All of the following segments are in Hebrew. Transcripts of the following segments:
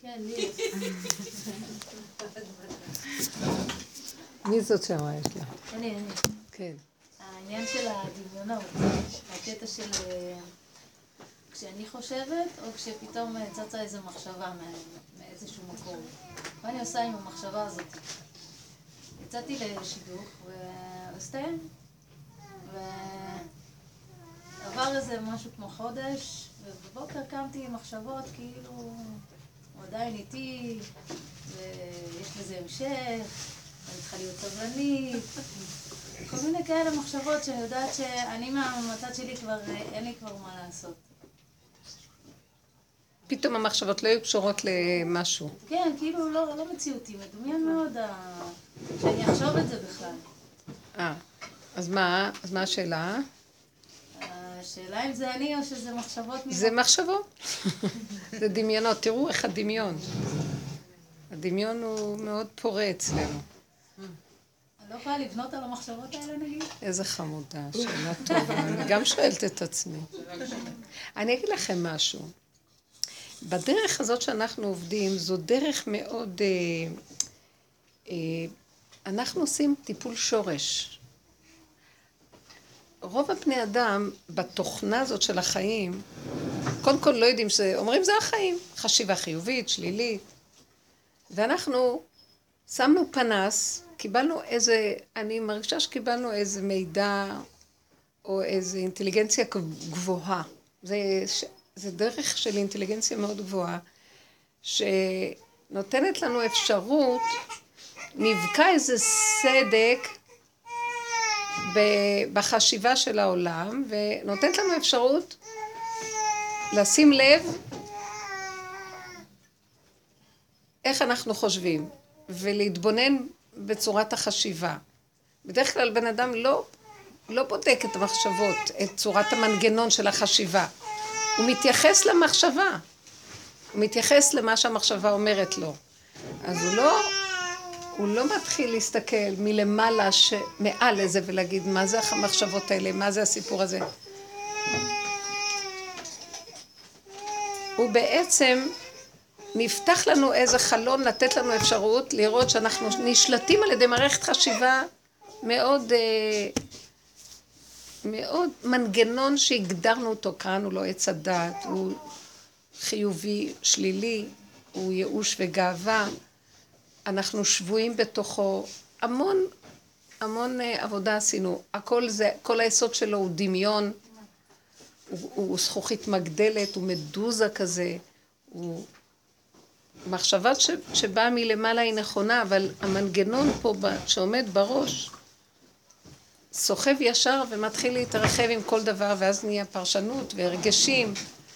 כן, לי. מי זאת שמה יש לה? אני. כן. העניין של הדמיונות, הקטע של כשאני חושבת, או כשפתאום צצה איזו מחשבה מאיזשהו מקום. מה אני עושה עם המחשבה הזאת? יצאתי לשידוך והסתיים. ועבר איזה משהו כמו חודש, ובבוקר קמתי עם מחשבות כאילו הוא עדיין איתי, ויש לזה המשך, אני צריכה להיות סבלנית. כל מיני כאלה מחשבות שאני יודעת שאני מהמצד שלי כבר אין לי כבר מה לעשות. פתאום המחשבות לא היו קשורות למשהו. כן, כאילו לא מציאותי, מדומיין מאוד שאני אחשוב את זה בכלל. אז מה השאלה? השאלה אם זה אני או שזה מחשבות... זה מחשבות. זה דמיונות. תראו איך הדמיון. הדמיון הוא מאוד פורה אצלנו. אני לא יכולה לבנות על המחשבות האלה נגיד? איזה חמודה, שאלה טובה. אני גם שואלת את עצמי. אני אגיד לכם משהו. בדרך הזאת שאנחנו עובדים, זו דרך מאוד... אנחנו עושים טיפול שורש. רוב הפני אדם בתוכנה הזאת של החיים, קודם כל לא יודעים אומרים זה החיים, חשיבה חיובית, שלילית. ואנחנו שמנו פנס, קיבלנו אני מרגישה שקיבלנו איזה מידע או איזה אינטליגנציה גבוהה. זה דרך של אינטליגנציה מאוד גבוהה, שנותנת לנו אפשרות, נבקע איזה סדק בחשיבה של העולם, ונותנת לנו אפשרות לשים לב איך אנחנו חושבים, ולהתבונן בצורת החשיבה. בדרך כלל בן אדם לא בודק את המחשבות, את צורת המנגנון של החשיבה. הוא מתייחס למחשבה, הוא מתייחס למה שהמחשבה אומרת לו. אז הוא לא מתחיל להסתכל מלמעלה מעל לזה ולהגיד מה זה המחשבות האלה, מה זה הסיפור הזה. הוא בעצם נפתח לנו איזה חלון, לתת לנו אפשרות לראות שאנחנו נשלטים על ידי מערכת חשיבה מאוד מאוד מנגנון שהגדרנו אותו, קראנו לו עץ הדעת, הוא חיובי, שלילי, הוא ייאוש וגאווה, אנחנו שבויים בתוכו, המון עבודה עשינו, כל היסוד שלו הוא דמיון, הוא זכוכית מגדלת, הוא מדוזה כזה, הוא מחשבה שבאה מלמעלה היא נכונה, אבל המנגנון פה שעומד בראש, סוחב ישר ומתחיל להתרחב עם כל דבר, ואז נהיה פרשנות והרגשים,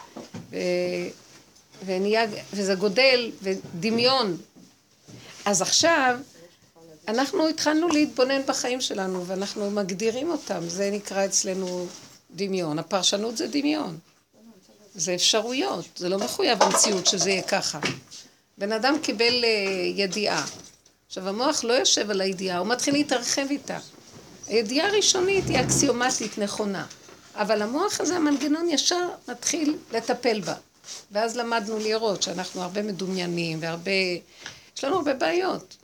וזה גודל ודמיון. אז עכשיו אנחנו התחלנו להתבונן בחיים שלנו, ואנחנו מגדירים אותם, זה נקרא אצלנו דמיון. הפרשנות זה דמיון, זה אפשרויות, זה לא מחויב המציאות שזה יהיה ככה. בן אדם קיבל ידיעה, עכשיו המוח לא יושב על הידיעה, הוא מתחיל להתרחב איתה. הידיעה הראשונית היא אקסיומטית נכונה, אבל המוח הזה, המנגנון ישר מתחיל לטפל בה. ואז למדנו לראות שאנחנו הרבה מדומיינים והרבה, יש לנו הרבה בעיות.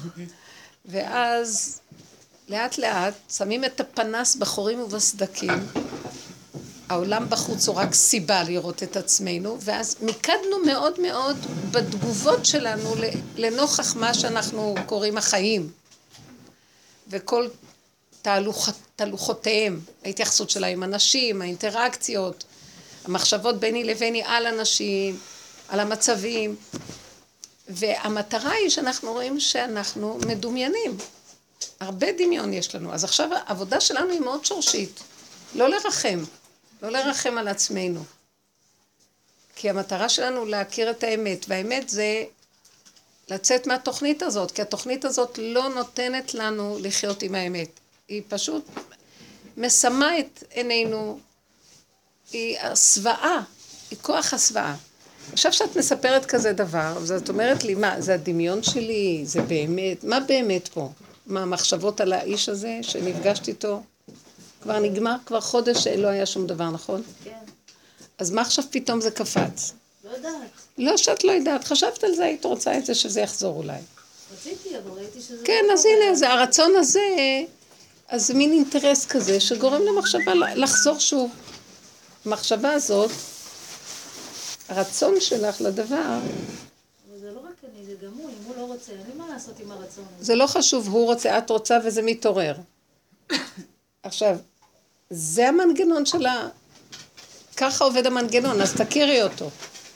ואז לאט לאט שמים את הפנס בחורים ובסדקים, העולם בחוץ הוא רק סיבה לראות את עצמנו, ואז מיקדנו מאוד מאוד בתגובות שלנו לנוכח מה שאנחנו קוראים החיים. וכל תהלוכותיהם, ההתייחסות שלהם, אנשים, האינטראקציות, המחשבות ביני לביני על אנשים, על המצבים. והמטרה היא שאנחנו רואים שאנחנו מדומיינים. הרבה דמיון יש לנו. אז עכשיו העבודה שלנו היא מאוד שורשית. לא לרחם על עצמנו. כי המטרה שלנו להכיר את האמת, והאמת זה לצאת מהתוכנית הזאת, כי התוכנית הזאת לא נותנת לנו לחיות עם האמת. היא פשוט מסמה את עינינו, היא הסוואה, היא כוח הסוואה. עכשיו שאת מספרת כזה דבר, זאת אומרת לי, מה, זה הדמיון שלי, זה באמת, מה באמת פה? מה, המחשבות על האיש הזה שנפגשתי איתו? כבר נגמר, כבר חודש לא היה שום דבר, נכון? כן. אז מה עכשיו פתאום זה קפץ? לא יודעת. לא שאת לא יודעת, חשבת על זה, היית רוצה את זה שזה יחזור אולי. רציתי, אבל ראיתי שזה... כן, אז הנה, זה הרצון הזה, אז זה מין אינטרס כזה שגורם למחשבה לחזור שוב. המחשבה הזאת, הרצון שלך לדבר... אבל זה לא רק אני, זה גם הוא, אם הוא לא רוצה, אין לי מה לעשות עם הרצון הזה. זה לא חשוב, הוא רוצה, את רוצה וזה מתעורר. עכשיו, זה המנגנון שלה, ככה עובד המנגנון, אז תכירי אותו.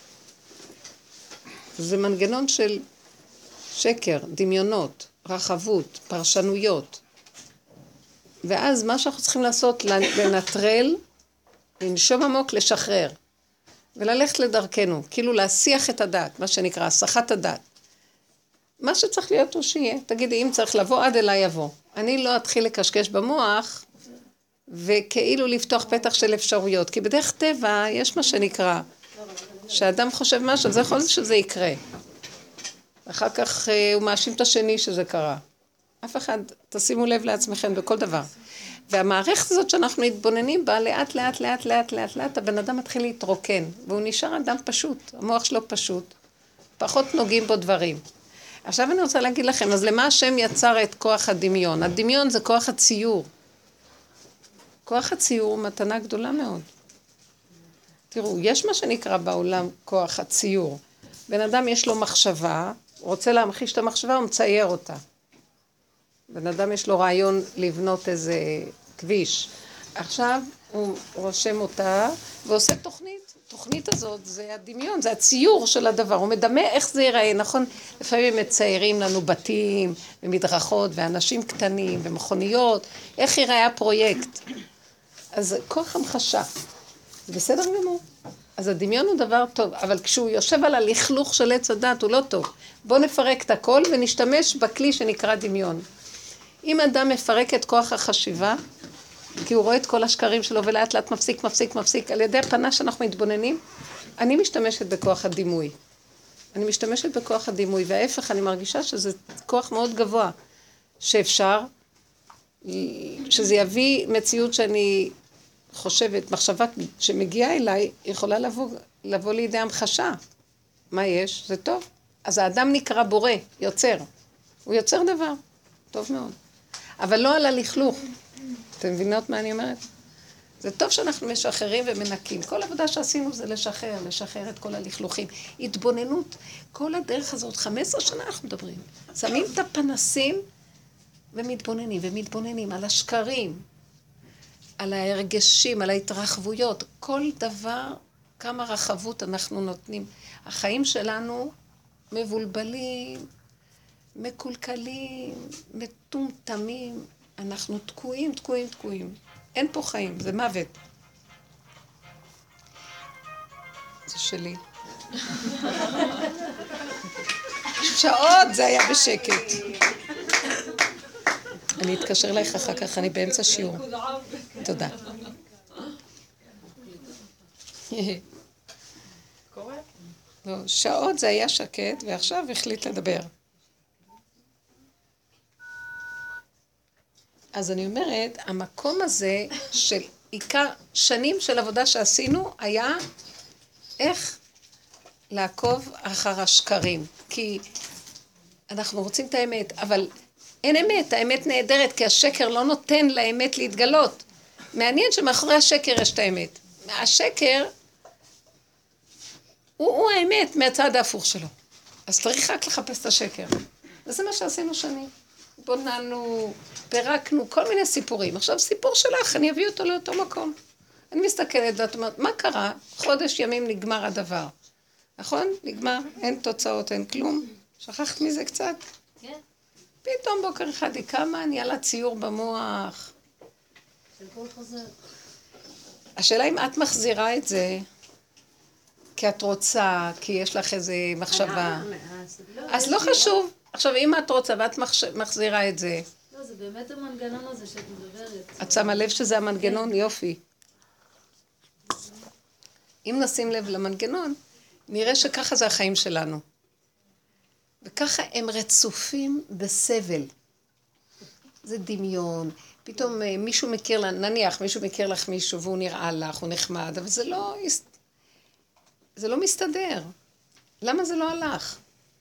זה מנגנון של שקר, דמיונות, רחבות, פרשנויות. ואז מה שאנחנו צריכים לעשות, לנטרל, לנשום עמוק, לשחרר. וללכת לדרכנו, כאילו להסיח את הדעת, מה שנקרא, הסחת הדעת. מה שצריך להיות הוא שיהיה. תגידי, אם צריך לבוא, עד אליי יבוא. אני לא אתחיל לקשקש במוח, וכאילו לפתוח פתח של אפשרויות. כי בדרך טבע יש מה שנקרא, שאדם חושב משהו, זה יכול להיות שזה יקרה. אחר כך הוא מאשים את השני שזה קרה. אף אחד, תשימו לב לעצמכם בכל דבר. והמערכת הזאת שאנחנו מתבוננים בה, לאט לאט לאט לאט לאט לאט, הבן אדם מתחיל להתרוקן, והוא נשאר אדם פשוט, המוח שלו פשוט, פחות נוגעים בו דברים. עכשיו אני רוצה להגיד לכם, אז למה השם יצר את כוח הדמיון? הדמיון זה כוח הציור. כוח הציור הוא מתנה גדולה מאוד. תראו, יש מה שנקרא בעולם כוח הציור. בן אדם יש לו מחשבה, רוצה להמחיש את המחשבה, הוא מצייר אותה. בן אדם יש לו רעיון לבנות איזה כביש. עכשיו הוא רושם אותה ועושה תוכנית. התוכנית הזאת זה הדמיון, זה הציור של הדבר. הוא מדמה איך זה ייראה, נכון? לפעמים מציירים לנו בתים ומדרכות ואנשים קטנים ומכוניות. איך ייראה הפרויקט? אז כוח המחשה. זה בסדר גמור. אז הדמיון הוא דבר טוב, אבל כשהוא יושב על הלכלוך של עץ הדת הוא לא טוב. בואו נפרק את הכל ונשתמש בכלי שנקרא דמיון. אם אדם מפרק את כוח החשיבה, כי הוא רואה את כל השקרים שלו ולאט לאט מפסיק, על ידי הפנה שאנחנו מתבוננים, אני משתמשת בכוח הדימוי. אני משתמשת בכוח הדימוי, וההפך אני מרגישה שזה כוח מאוד גבוה, שאפשר, שזה יביא מציאות שאני חושבת, מחשבה שמגיעה אליי, יכולה לבוא לידי המחשה. מה יש? זה טוב. אז האדם נקרא בורא, יוצר. הוא יוצר דבר. טוב מאוד. אבל לא על הלכלוך. אתם מבינות מה אני אומרת? זה טוב שאנחנו משחררים ומנקים. כל עבודה שעשינו זה לשחרר את כל הלכלוכים. התבוננות, כל הדרך הזאת, 15 שנה אנחנו מדברים. שמים את הפנסים ומתבוננים על השקרים, על ההרגשים, על ההתרחבויות. כל דבר, כמה רחבות אנחנו נותנים. החיים שלנו מבולבלים, מקולקלים, מטומטמים, אנחנו תקועים. אין פה חיים, זה מוות. זה שלי. שעות זה היה בשקט. אני אתקשר אלייך אחר כך, אני באמצע שיעור. תודה. לא, שעות זה היה שקט, ועכשיו החליט לדבר. אז אני אומרת, המקום הזה של עיקר שנים של עבודה שעשינו, היה איך לעקוב אחר השקרים. כי אנחנו רוצים את האמת, אבל אין אמת, האמת נהדרת, כי השקר לא נותן לאמת להתגלות. מעניין שמאחורי השקר יש את האמת. השקר הוא האמת מהצד ההפוך שלו. אז צריך רק לחפש את השקר. וזה מה שעשינו שנים. בוננו, פירקנו, כל מיני סיפורים. עכשיו סיפור שלך, אני אביא אותו לאותו מקום. אני מסתכלת ואת אומרת, מה קרה? חודש ימים נגמר הדבר. נכון? נגמר, אין תוצאות, אין כלום. שכחת מזה קצת? כן. פתאום בוקר אחד היא קמה, נהיה לה ציור במוח. סיפור חוזר. השאלה אם את מחזירה את זה, כי את רוצה, כי יש לך איזה מחשבה. אז לא חשוב. עכשיו, אם את רוצה ואת מחזירה את זה... לא, זה באמת המנגנון הזה שאת מדברת. את שמה לב שזה המנגנון? יופי. אם נשים לב למנגנון, נראה שככה זה החיים שלנו. וככה הם רצופים בסבל. זה דמיון. פתאום מישהו מכיר לך, נניח מישהו מכיר לך מישהו והוא נראה לך, הוא נחמד, אבל זה לא מסתדר. למה זה לא הלך?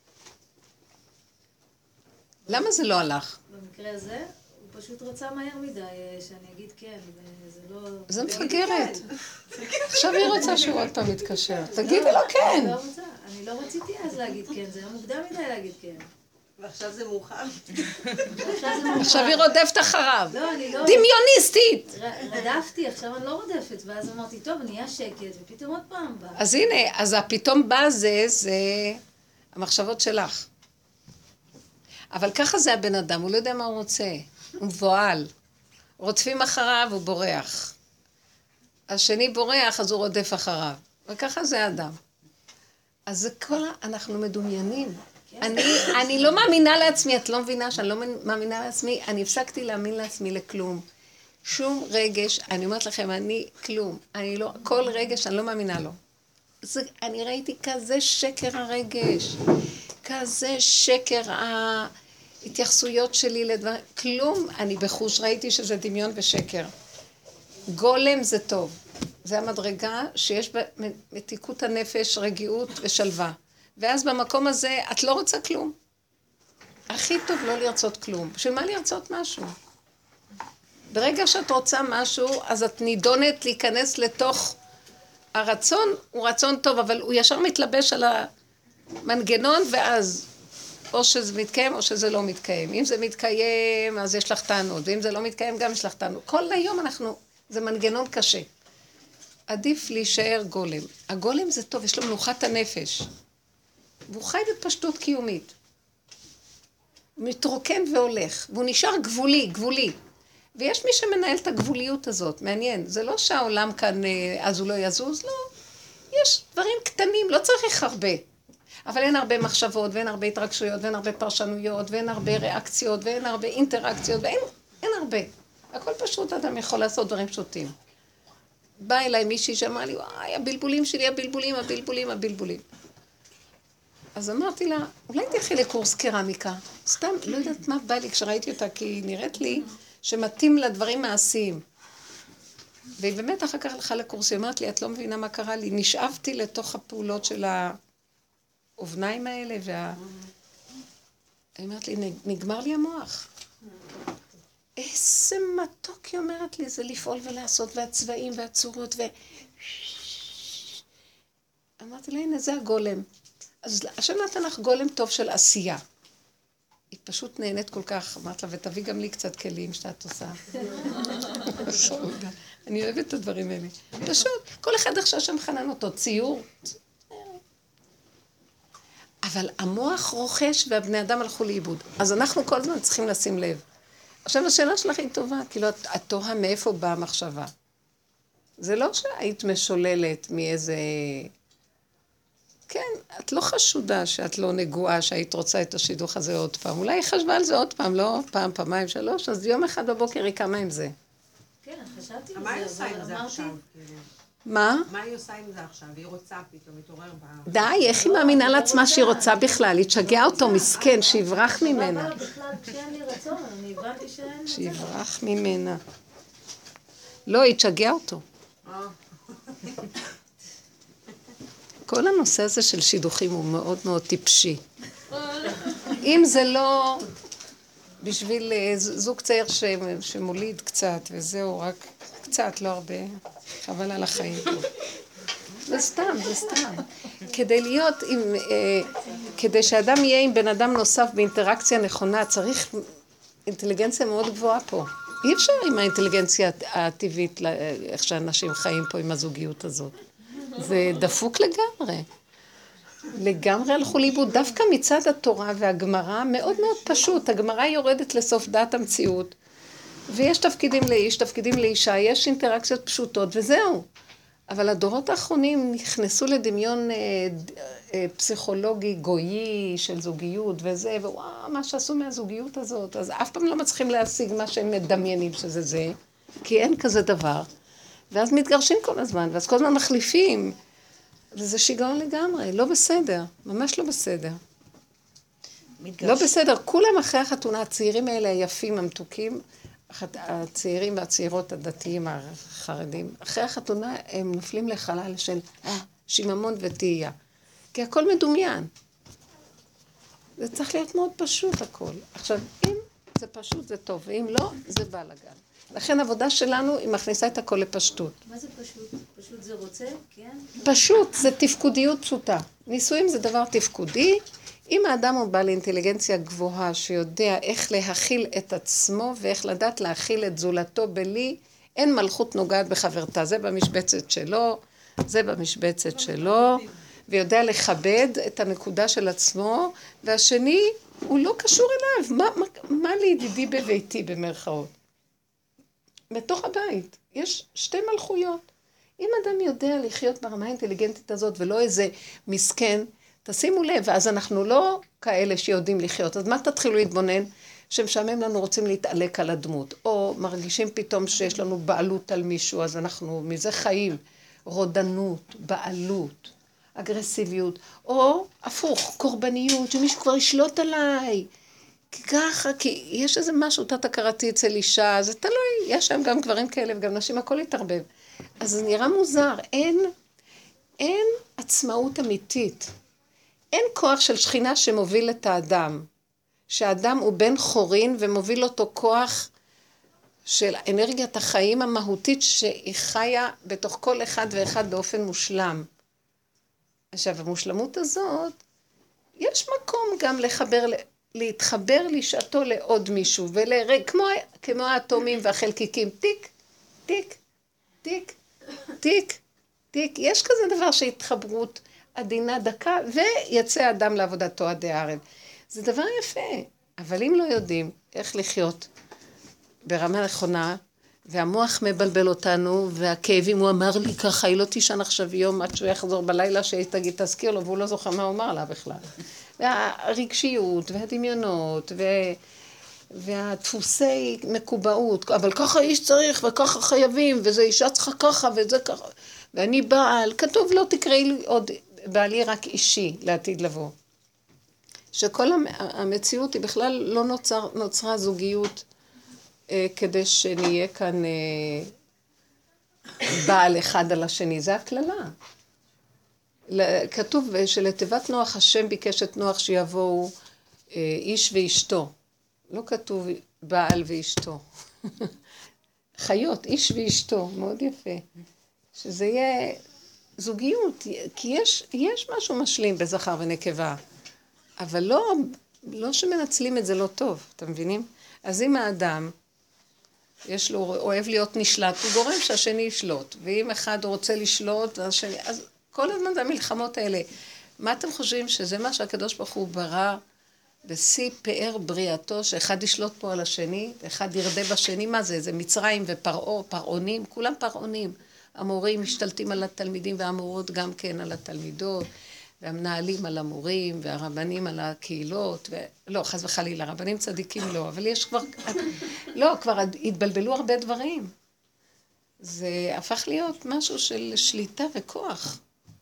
למה זה לא הלך? במקרה הזה, הוא פשוט רצה מהר מדי שאני אגיד כן, וזה לא... זה מפגרת. עכשיו היא רוצה שהוא עוד פעם יתקשר. תגידי לו כן. אני לא רציתי אז להגיד כן, זה היה מוקדם מדי להגיד כן. ועכשיו זה מאוחר. עכשיו היא רודפת אחריו. לא, אני לא... דמיוניסטית! רדפתי, עכשיו אני לא רודפת, ואז אמרתי, טוב, נהיה שקט, ופתאום עוד פעם בא. אז הנה, אז הפתאום בא זה המחשבות שלך. אבל ככה זה הבן אדם, הוא לא יודע מה הוא רוצה. הוא מבועל. רודפים אחריו, הוא בורח. השני בורח, אז הוא רודף אחריו. וככה זה האדם. אז זה כל אנחנו מדומיינים. אני לא מאמינה לעצמי, את לא מבינה שאני לא מאמינה לעצמי, אני הפסקתי להאמין לעצמי לכלום. שום רגש, אני אומרת לכם, אני כלום. אני לא, כל רגש אני לא מאמינה לו. אני ראיתי כזה שקר הרגש, כזה שקר ההתייחסויות שלי לדברים, כלום, אני בחוש ראיתי שזה דמיון ושקר. גולם זה טוב, זה המדרגה שיש במתיקות הנפש, רגיעות ושלווה. ואז במקום הזה את לא רוצה כלום. הכי טוב לא לרצות כלום. בשביל מה לרצות משהו? ברגע שאת רוצה משהו, אז את נידונת להיכנס לתוך הרצון, הוא רצון טוב, אבל הוא ישר מתלבש על המנגנון, ואז או שזה מתקיים או שזה לא מתקיים. אם זה מתקיים, אז יש לך טענות, ואם זה לא מתקיים, גם יש לך טענות. כל היום זה מנגנון קשה. עדיף להישאר גולם. הגולם זה טוב, יש לו מנוחת הנפש. והוא חי בפשטות קיומית. מתרוקן והולך, והוא נשאר גבולי. ויש מי שמנהל את הגבוליות הזאת, מעניין. זה לא שהעולם כאן, אז הוא לא יזוז, לא. יש דברים קטנים, לא צריך הרבה. אבל אין הרבה מחשבות, ואין הרבה התרגשויות, ואין הרבה פרשנויות, ואין הרבה ריאקציות, ואין הרבה אינטראקציות, ואין הרבה. הכל פשוט, אדם יכול לעשות דברים פשוטים. בא אליי מישהי שאמרה לי, וואי, הבלבולים שלי, הבלבולים. אז אמרתי לה, אולי תלכי לקורס קרמיקה. סתם, לא יודעת מה בא לי כשראיתי אותה, כי היא נראית לי שמתאים לדברים מעשיים. והיא באמת אחר כך הלכה לקורס, היא אמרת לי, את לא מבינה מה קרה לי. נשאבתי לתוך הפעולות של האובניים האלה, היא אמרת לי, נגמר לי המוח. איזה מתוק, היא אומרת לי, זה לפעול ולעשות, והצבעים והצורות, אמרתי לה, הנה, זה הגולם. אז השם נתן לך גולם טוב של עשייה. היא פשוט נהנית כל כך, אמרת לה, ותביא גם לי קצת כלים שאת עושה. אני אוהבת את הדברים האלה. פשוט, כל אחד עכשיו שם חנן אותו, ציור. אבל המוח רוכש והבני אדם הלכו לאיבוד. אז אנחנו כל הזמן צריכים לשים לב. עכשיו השאלה שלך היא טובה, כאילו את תוהה מאיפה באה המחשבה. זה לא שהיית משוללת מאיזה... כן, את לא חשודה שאת לא נגועה, שהיית רוצה את השידוך הזה עוד פעם. אולי היא חשבה על זה עוד פעם, לא פעם, פעמיים, שלוש, אז יום אחד בבוקר היא קמה עם זה. כן, חשבתי על מה היא זה, עושה עם אבל זה אמרתי... עכשיו? מה? מה היא עושה עם זה עכשיו? היא רוצה פתאום, מתעורר בה... די, איך היא מאמינה לעצמה שהיא רוצה בכלל? היא תשגע אותו, מסכן, שיברח ממנה. אבל בכלל, כשאין לי רצון, אני הבנתי שאין... שיברח ממנה. לא, היא תשגע אותו. כל הנושא הזה של שידוכים הוא מאוד מאוד טיפשי. אם זה לא בשביל זוג צעיר שמוליד קצת, וזהו רק קצת, לא הרבה, חבל על החיים פה. זה סתם. כדי להיות כדי שאדם יהיה עם בן אדם נוסף באינטראקציה נכונה, צריך אינטליגנציה מאוד גבוהה פה. אי אפשר עם האינטליגנציה הטבעית, איך שאנשים חיים פה עם הזוגיות הזאת. זה דפוק לגמרי. לגמרי הלכו לאיבוד. דווקא מצד התורה והגמרא מאוד מאוד פשוט. הגמרא יורדת לסוף דעת המציאות. ויש תפקידים לאיש, תפקידים לאישה, יש אינטראקציות פשוטות וזהו. אבל הדורות האחרונים נכנסו לדמיון פסיכולוגי גויי של זוגיות וזה, ווואו, מה שעשו מהזוגיות הזאת. אז אף פעם לא מצליחים להשיג מה שהם מדמיינים שזה זה, כי אין כזה דבר. ואז מתגרשים כל הזמן, ואז כל הזמן מחליפים. וזה שיגעון לגמרי, לא בסדר, ממש לא בסדר. לא בסדר, כולם אחרי החתונה, הצעירים האלה היפים, המתוקים, הצעירים והצעירות הדתיים החרדים, אחרי החתונה הם נופלים לחלל של שיממון ותהייה. כי הכל מדומיין. זה צריך להיות מאוד פשוט הכל. עכשיו, אם זה פשוט זה טוב, ואם לא, זה בלגן. לכן העבודה שלנו היא מכניסה את הכל לפשטות. מה זה פשוט? פשוט זה רוצה? כן? פשוט, זה תפקודיות פשוטה. נישואים זה דבר תפקודי. אם האדם הוא בעל אינטליגנציה גבוהה, שיודע איך להכיל את עצמו, ואיך לדעת להכיל את זולתו בלי, אין מלכות נוגעת בחברתה. זה במשבצת שלו, זה במשבצת שלו, ויודע לכבד את הנקודה של עצמו, והשני הוא לא קשור אליו. מה לידידי בביתי במרכאות? בתוך הבית יש שתי מלכויות. אם אדם יודע לחיות ברמה האינטליגנטית הזאת ולא איזה מסכן, תשימו לב, אז אנחנו לא כאלה שיודעים לחיות. אז מה תתחילו להתבונן? שמשעמם לנו רוצים להתעלק על הדמות, או מרגישים פתאום שיש לנו בעלות על מישהו, אז אנחנו מזה חיים, רודנות, בעלות, אגרסיביות, או הפוך, קורבניות, שמישהו כבר ישלוט עליי. כי ככה, כי יש איזה משהו תת-הכרתי אצל אישה, זה תלוי, יש שם גם גברים כאלה וגם נשים, הכל יתערבב. אז זה נראה מוזר, אין עצמאות אמיתית. אין כוח של שכינה שמוביל את האדם. שהאדם הוא בן חורין ומוביל אותו כוח של אנרגיית החיים המהותית שהיא חיה בתוך כל אחד ואחד באופן מושלם. עכשיו, המושלמות הזאת, יש מקום גם להתחבר לשעתו לעוד מישהו, כמו האטומים והחלקיקים, טיק, טיק, טיק, טיק, טיק. יש כזה דבר שהתחברות עדינה דקה, ויצא אדם לעבודתו עד הערב. זה דבר יפה, אבל אם לא יודעים איך לחיות ברמה נכונה, והמוח מבלבל אותנו, והכאבים, הוא אמר לי ככה, היא לא תישן עכשיו יום עד שהוא יחזור בלילה, שהיא תגיד, תזכיר לו, והוא לא זוכר מה הוא אמר לה בכלל. והרגשיות, והדמיונות, והדפוסי מקובעות, אבל ככה איש צריך, וככה חייבים, וזה אישה צריכה ככה, וזה ככה, ואני בעל, כתוב, לא תקראי לי עוד בעלי רק אישי לעתיד לבוא. שכל המציאות היא בכלל לא נוצרה זוגיות כדי שנהיה כאן בעל אחד על השני. זה הכללה. כתוב שלתיבת נוח השם ביקש את נוח שיבואו איש ואשתו. לא כתוב בעל ואשתו. חיות, איש ואשתו. מאוד יפה. שזה יהיה זוגיות. כי יש משהו משלים בזכר ונקבה. אבל לא שמנצלים את זה לא טוב, אתם מבינים? אז אם האדם, יש לו, אוהב להיות נשלט, הוא גורם שהשני ישלוט. ואם אחד רוצה לשלוט, אז כל הזמן זה המלחמות האלה. מה אתם חושבים שזה מה שהקדוש ברוך הוא ברא בשיא פאר בריאתו, שאחד ישלוט פה על השני, ואחד ירדה בשני? מה זה? זה מצרים פרעונים, כולם פרעונים. המורים משתלטים על התלמידים והמורות גם כן על התלמידות. והמנהלים על המורים, והרבנים על הקהילות, לא, חס וחלילה, רבנים צדיקים לא, אבל יש כבר, לא, כבר התבלבלו הרבה דברים. זה הפך להיות משהו של שליטה וכוח.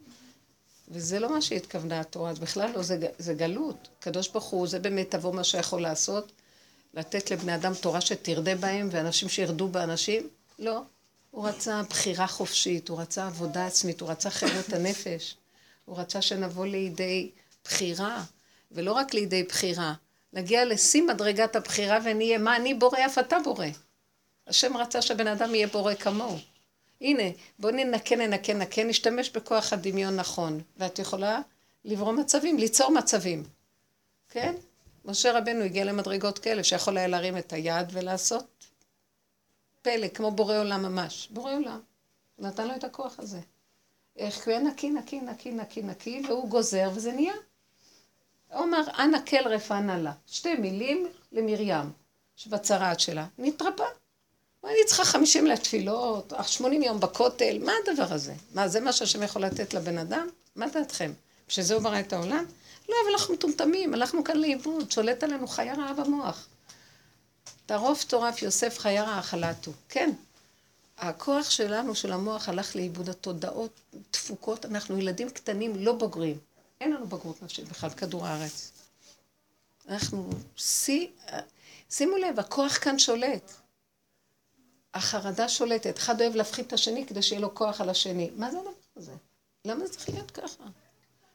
וזה לא מה שהתכוונה התורה, אז בכלל לא, זה גלות. קדוש ברוך הוא, זה באמת תבוא מה שיכול לעשות, לתת לבני אדם תורה שתרדה בהם, ואנשים שירדו באנשים, לא. הוא רצה בחירה חופשית, הוא רצה עבודה עצמית, הוא רצה חירות הנפש. הוא רצה שנבוא לידי בחירה, ולא רק לידי בחירה, נגיע לשיא מדרגת הבחירה ונהיה מה אני בורא, אף אתה בורא. השם רצה שבן אדם יהיה בורא כמוהו. הנה, בוא ננקה, נשתמש בכוח הדמיון נכון, ואת יכולה לברוא מצבים, ליצור מצבים. כן? משה רבנו הגיע למדרגות כאלה, שיכול היה להרים את היד ולעשות פלא, כמו בורא עולם ממש. בורא עולם. נתן לו את הכוח הזה. איך הוא נקי, והוא גוזר, וזה נהיה. הוא אומר, אנא כל רפא לה. 2 מילים למרים, שבצרעת שלה. נתרפא. אני צריכה 50 לתפילות, 80 יום בכותל. מה הדבר הזה? מה, זה מה שהשם יכול לתת לבן אדם? מה דעתכם? שזה הוא ברא את העולם? לא, אבל אנחנו מטומטמים, הלכנו כאן לאיבוד, שולט עלינו חיה רעה במוח. טרוף טורף יוסף חיה רעה חלטו. כן. הכוח שלנו, של המוח, הלך לאיבוד, התודעות דפוקות, אנחנו ילדים קטנים, לא בוגרים. אין לנו בגרות נפשית בכלל, כדור הארץ. אנחנו, שימו לב, הכוח כאן שולט. החרדה שולטת, אחד אוהב להפחית את השני כדי שיהיה לו כוח על השני. מה זה הדבר הזה? למה זה צריך להיות ככה?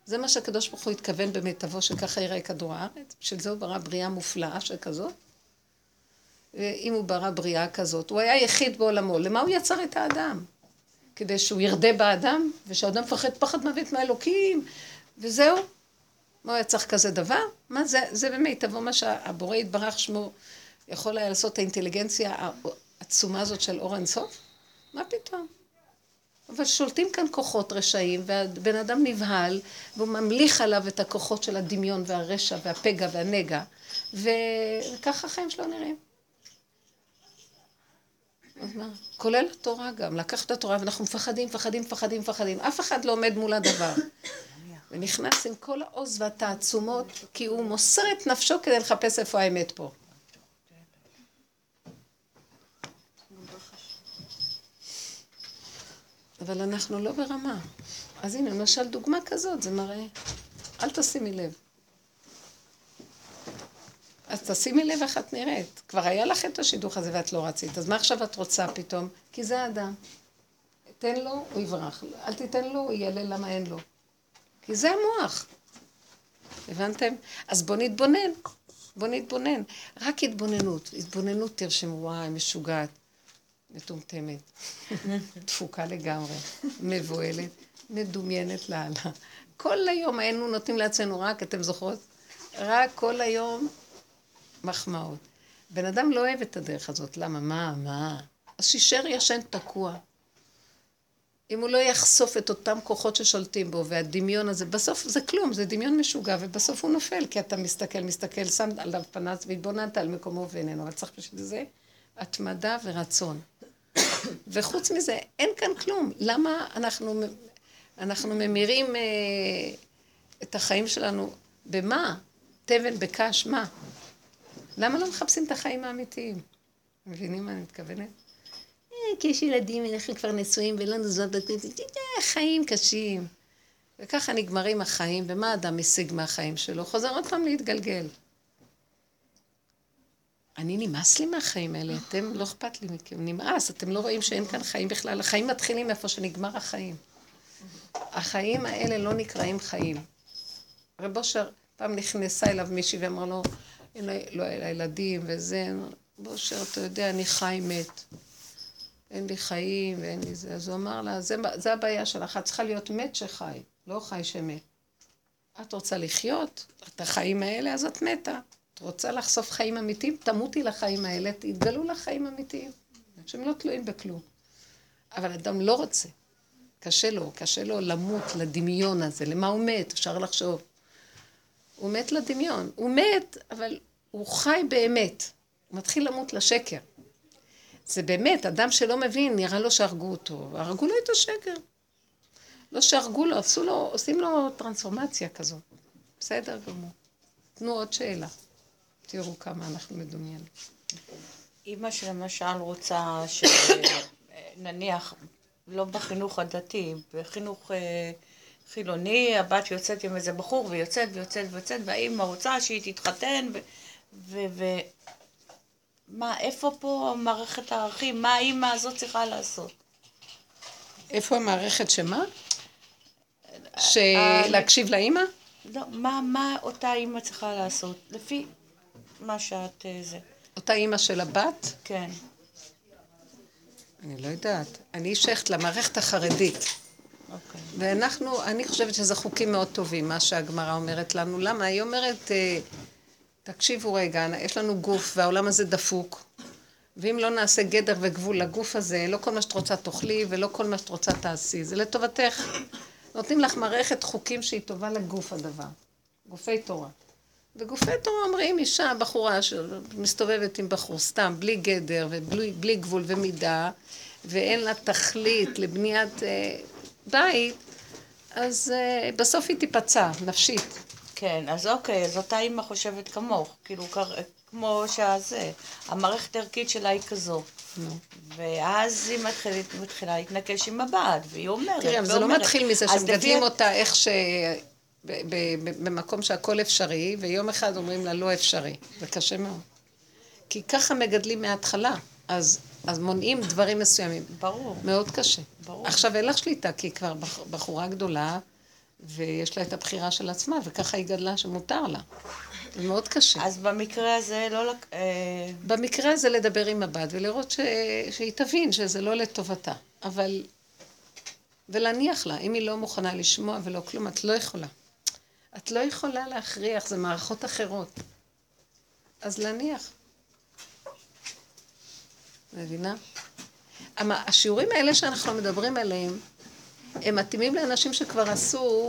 זה מה שהקדוש ברוך הוא התכוון במיטבו, שככה יראה כדור הארץ. בשביל זה הוא ברא בריאה מופלאה שכזאת. ואם הוא ברא בריאה כזאת, הוא היה יחיד בעולמו. למה הוא יצר את האדם? כדי שהוא ירדה באדם, ושהאדם מפחד פחד מוות מהאלוקים, וזהו. מה הוא יצר כזה דבר? מה זה? זה במיטבו מה שהבורא יתברך שמו יכול היה לעשות את האינטליגנציה העצומה הזאת של אור אינסוף? מה פתאום? אבל שולטים כאן כוחות רשעים, והבן אדם נבהל, והוא ממליך עליו את הכוחות של הדמיון והרשע והפגע והנגע, וככה החיים שלו נראים. אז מה? כולל התורה גם, לקח את התורה, ואנחנו מפחדים, מפחדים, מפחדים, מפחדים. אף אחד לא עומד מול הדבר. ונכנס עם כל העוז והתעצומות, כי הוא מוסר את נפשו כדי לחפש איפה האמת פה. אבל אנחנו לא ברמה. אז הנה, למשל דוגמה כזאת, זה מראה. אל תשימי לב. אז תשימי לב איך את נראית. כבר היה לך את השידוך הזה ואת לא רצית. אז מה עכשיו את רוצה פתאום? כי זה האדם. תן לו, הוא יברח. אל תיתן לו, הוא יעלה למה אין לו. כי זה המוח. הבנתם? אז בוא נתבונן. בוא נתבונן. רק התבוננות. התבוננות תרשם, וואי, משוגעת. מטומטמת. דפוקה לגמרי. מבועלת. מדומיינת להלה. כל היום היינו נותנים לעצמנו רק, אתם זוכרות? רק כל היום מחמאות. בן אדם לא אוהב את הדרך הזאת. למה? מה? אז שישר ישן תקוע. אם הוא לא יחשוף את אותם כוחות ששולטים בו, והדמיון הזה, בסוף זה כלום, זה דמיון משוגע, ובסוף הוא נופל, כי אתה מסתכל, שם עליו פנס, והתבוננת על מקומו ואיננו, אבל צריך בשביל זה התמדה ורצון. וחוץ מזה, אין כאן כלום. למה אנחנו ממירים את החיים שלנו? במה? תבן, בקש, מה? למה לא מחפשים את החיים האמיתיים? מבינים מה אני מתכוונת? כי יש ילדים, אנחנו כבר נשואים ולא נזוזות, חיים קשים. וככה נגמרים החיים, ומה אדם משיג מהחיים שלו? חוזר עוד פעם להתגלגל. אני נמאס לי מהחיים האלה, אתם לא אכפת לי מכם, נמאס, אתם לא רואים שאין כאן חיים בכלל, החיים מתחילים איפה שנגמר החיים. החיים האלה לא נקראים חיים. רב אושר פעם נכנסה אליו מישהי ואמר לו, לא היה לה ילדים וזה, רב אושר, אתה יודע, אני חי מת. אין לי חיים ואין לי זה. אז הוא אמר לה, זה הבעיה שלך, את צריכה להיות מת שחי, לא חי שמת. את רוצה לחיות את החיים האלה, אז את מתה. את רוצה לחשוף חיים אמיתיים, תמותי לחיים האלה, תתגלו לחיים אמיתיים, שהם לא תלויים בכלום. אבל אדם לא רוצה. קשה לו למות לדמיון הזה. למה הוא מת? אפשר לחשוב. הוא מת לדמיון. הוא מת, אבל הוא חי באמת. הוא מתחיל למות לשקר. זה באמת, אדם שלא מבין, נראה לו שהרגו אותו. הרגו לו את השקר. לא שהרגו לו, עושים לו טרנספורמציה כזו. בסדר גמור. תנו עוד שאלה. תראו כמה אנחנו מדומיינים. אמא שלמשל רוצה שנניח, לא בחינוך הדתי, בחינוך חילוני, הבת יוצאת עם איזה בחור ויוצאת, והאמא רוצה שהיא תתחתן, מה, איפה פה מערכת הערכים? מה האמא הזאת צריכה לעשות? איפה המערכת שמה? להקשיב לאמא? לא, מה אותה אמא צריכה לעשות? לפי מה שאת זה. אותה אמא של הבת? כן. אני לא יודעת. אני שייכת למערכת החרדית. אוקיי. אני חושבת שזה חוקים מאוד טובים, מה שהגמרא אומרת לנו. למה? היא אומרת, תקשיבו רגע, יש לנו גוף והעולם הזה דפוק, ואם לא נעשה גדר וגבול לגוף הזה, לא כל מה שאת רוצה תאכלי ולא כל מה שאת רוצה תעשי. זה לטובתך. נותנים לך מערכת חוקים שהיא טובה לגוף הדבר. גופי תורה. וגופי תורה אומרים, אישה, בחורה שמסתובבת עם בחור, סתם, בלי גדר ובלי גבול ומידה, ואין לה תכלית לבניית בית, אז בסוף היא תיפצע, נפשית. כן, אז אוקיי, אז אותה אמא חושבת כמוך, כאילו כמו שזה, המערכת הערכית שלה היא כזו. ואז היא מתחילה להתנקש עם הבת, והיא אומרת, תראה, אבל זה לא מתחיל מזה שמגדלים אותה איך במקום שהכל אפשרי, ויום אחד אומרים לה לא אפשרי. זה קשה מאוד. כי ככה מגדלים מההתחלה, אז מונעים דברים מסוימים. ברור. מאוד קשה. ברור. עכשיו אין לך שליטה, כי כבר בחורה גדולה, ויש לה את הבחירה של עצמה, וככה היא גדלה שמותר לה. זה מאוד קשה. אז במקרה הזה לא... במקרה הזה לדבר עם הבת ולראות שהיא תבין שזה לא לטובתה. אבל... ולהניח לה, אם היא לא מוכנה לשמוע ולא כלום, את לא יכולה. את לא יכולה להכריח, זה מערכות אחרות. אז להניח. מבינה? השיעורים האלה שאנחנו מדברים עליהם, הם מתאימים לאנשים שכבר עשו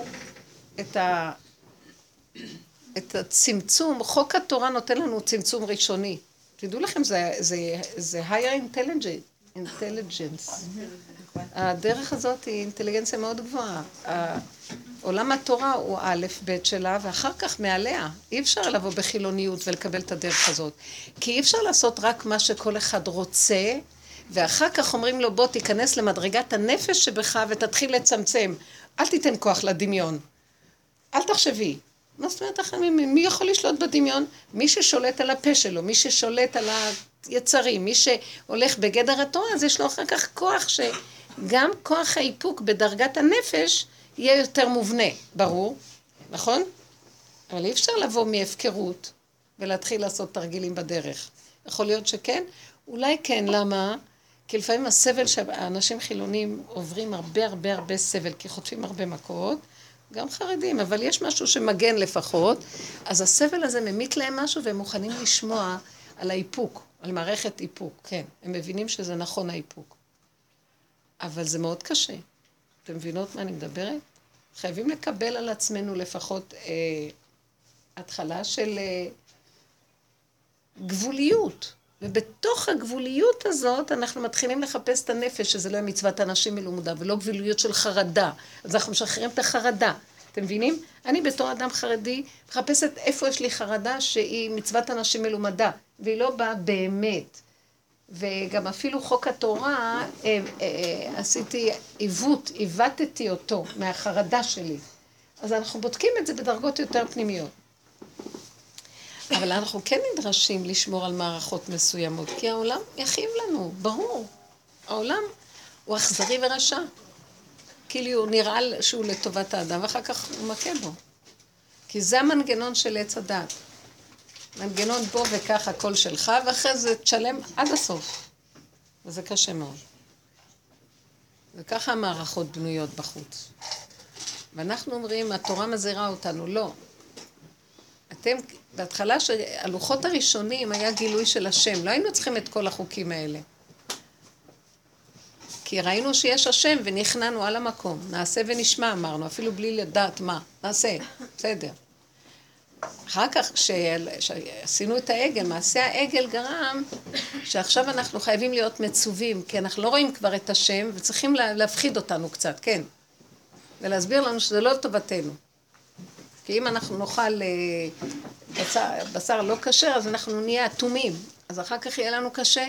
את הצמצום. חוק התורה נותן לנו צמצום ראשוני. תדעו לכם, זה higher intelligence. הדרך הזאת היא אינטליגנציה מאוד גבוהה. עולם התורה הוא א' ב' שלה, ואחר כך מעליה. אי אפשר לבוא בחילוניות ולקבל את הדרך הזאת. כי אי אפשר לעשות רק מה שכל אחד רוצה, ואחר כך אומרים לו, בוא תיכנס למדרגת הנפש שבך ותתחיל לצמצם. אל תיתן כוח לדמיון. אל תחשבי. מה זאת אומרת, מי יכול לשלוט בדמיון? מי ששולט על הפה שלו, מי ששולט על היצרים, מי שהולך בגדר התורה, אז יש לו אחר כך כוח שגם כוח האיפוק בדרגת הנפש יהיה יותר מובנה, ברור, נכון? אבל אי אפשר לבוא מהפקרות ולהתחיל לעשות תרגילים בדרך. יכול להיות שכן? אולי כן, למה? כי לפעמים הסבל שהאנשים חילונים עוברים הרבה סבל, כי חוטפים הרבה מכות, גם חרדים, אבל יש משהו שמגן לפחות, אז הסבל הזה ממית להם משהו והם מוכנים לשמוע על האיפוק, על מערכת איפוק, כן, הם מבינים שזה נכון האיפוק. אבל זה מאוד קשה. אתם מבינות מה אני מדברת? חייבים לקבל על עצמנו לפחות התחלה של גבוליות. ובתוך הגבוליות הזאת אנחנו מתחילים לחפש את הנפש, שזה לא מצוות אנשים מלומדה, ולא גבוליות של חרדה. אז אנחנו משחררים את החרדה. אתם מבינים? אני בתור אדם חרדי מחפשת איפה יש לי חרדה שהיא מצוות אנשים מלומדה, והיא לא באה באמת. וגם אפילו חוק התורה, עשיתי עיוותתי אותו מהחרדה שלי. אז אנחנו בודקים את זה בדרגות יותר פנימיות. אבל אנחנו כן נדרשים לשמור על מערכות מסוימות, כי העולם יכאיב לנו, ברור. העולם הוא אכזרי ורשע. כאילו הוא נראה שהוא לטובת האדם, ואחר כך הוא מכה בו. כי זה המנגנון של עץ הדת. מנגנון בו וכך הכל שלך, ואחרי זה תשלם עד הסוף. וזה קשה מאוד. וככה המערכות בנויות בחוץ. ואנחנו אומרים, התורה מזהירה אותנו, לא. אתם, בהתחלה שהלוחות הראשונים היה גילוי של השם, לא היינו צריכים את כל החוקים האלה. כי ראינו שיש השם ונכנענו על המקום, נעשה ונשמע אמרנו, אפילו בלי לדעת מה, נעשה, בסדר. אחר כך כשעשינו את העגל, מעשה העגל גרם שעכשיו אנחנו חייבים להיות מצווים, כי אנחנו לא רואים כבר את השם וצריכים להפחיד אותנו קצת, כן. ולהסביר לנו שזה לא לטובתנו. כי אם אנחנו נאכל בשר לא כשר, אז אנחנו נהיה אטומים. אז אחר כך יהיה לנו קשה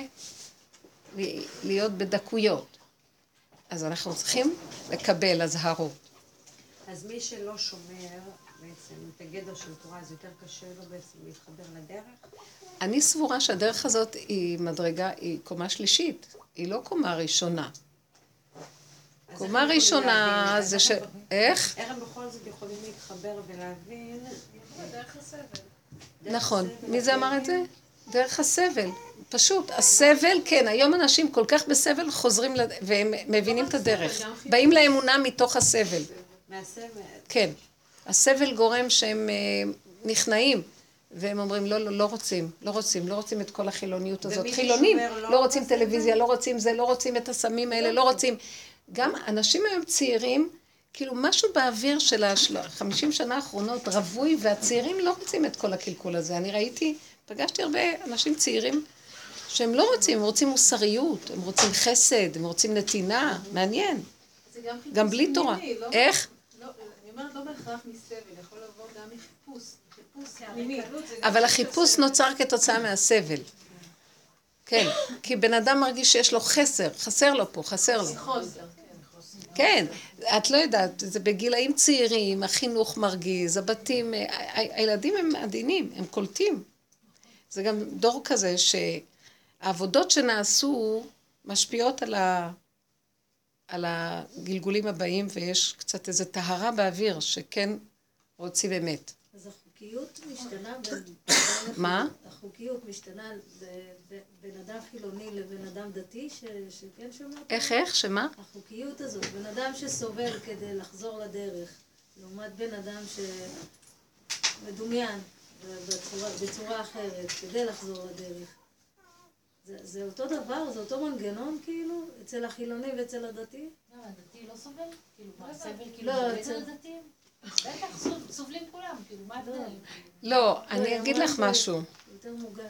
להיות בדקויות. אז אנחנו צריכים לקבל הזהרות. אז מי שלא שומר בעצם את הגדר של תורה, אז יותר קשה לו בעצם להתחבר לדרך? אני סבורה שהדרך הזאת היא מדרגה, היא קומה שלישית. היא לא קומה ראשונה. קומה ראשונה זה ש... איך? איך הם בכל זאת יכולים להתחבר ולהבין? דרך הסבל. נכון. מי זה אמר את זה? דרך הסבל. פשוט, הסבל, כן, היום אנשים כל כך בסבל חוזרים והם מבינים את הדרך. באים לאמונה מתוך הסבל. מהסבל? כן. הסבל גורם שהם נכנעים. והם אומרים, לא רוצים את כל החילוניות הזאת. חילונים, לא רוצים טלוויזיה, לא רוצים זה, לא רוצים את הסמים האלה, לא רוצים... גם אנשים היום צעירים, כאילו משהו באוויר של 50 שנה האחרונות רווי, והצעירים לא רוצים את כל הקלקול הזה. אני פגשתי הרבה אנשים צעירים שהם לא רוצים, הם רוצים מוסריות, הם רוצים חסד, הם רוצים נתינה, מעניין. גם בלי תורה. איך? אני אומרת, לא בהכרח מסבל, יכול לבוא גם מחיפוש פנימי. אבל החיפוש נוצר כתוצאה מהסבל. כן, כי בן אדם מרגיש שיש לו חסר לו פה, חסר לו. כן, את לא יודעת, זה בגילאים צעירים, החינוך מרגיז, הבתים, הילדים הם עדינים, הם קולטים. זה גם דור כזה שהעבודות שנעשו משפיעות על הגלגולים הבאים, ויש קצת איזו טהרה באוויר, שכן רוצים אמת. אז החוקיות משתנה מה? החוקיות משתנה בין אדם חילוני לבין אדם דתי שכן שומע? איך? שמה? החוקיות הזאת, בן אדם שסובל כדי לחזור לדרך, לעומת בן אדם שמדומיין בצורה אחרת כדי לחזור לדרך. זה אותו דבר, זה אותו מנגנון כאילו, אצל החילוני ואצל הדתי? לא, הדתי לא סובל? כאילו, מה, סבל כאילו לא, בין אצל- הדתיים? בטח, סובלים כולם, כאילו, מה ההבדל? לא, אני אגיד לך משהו. יותר מוגן.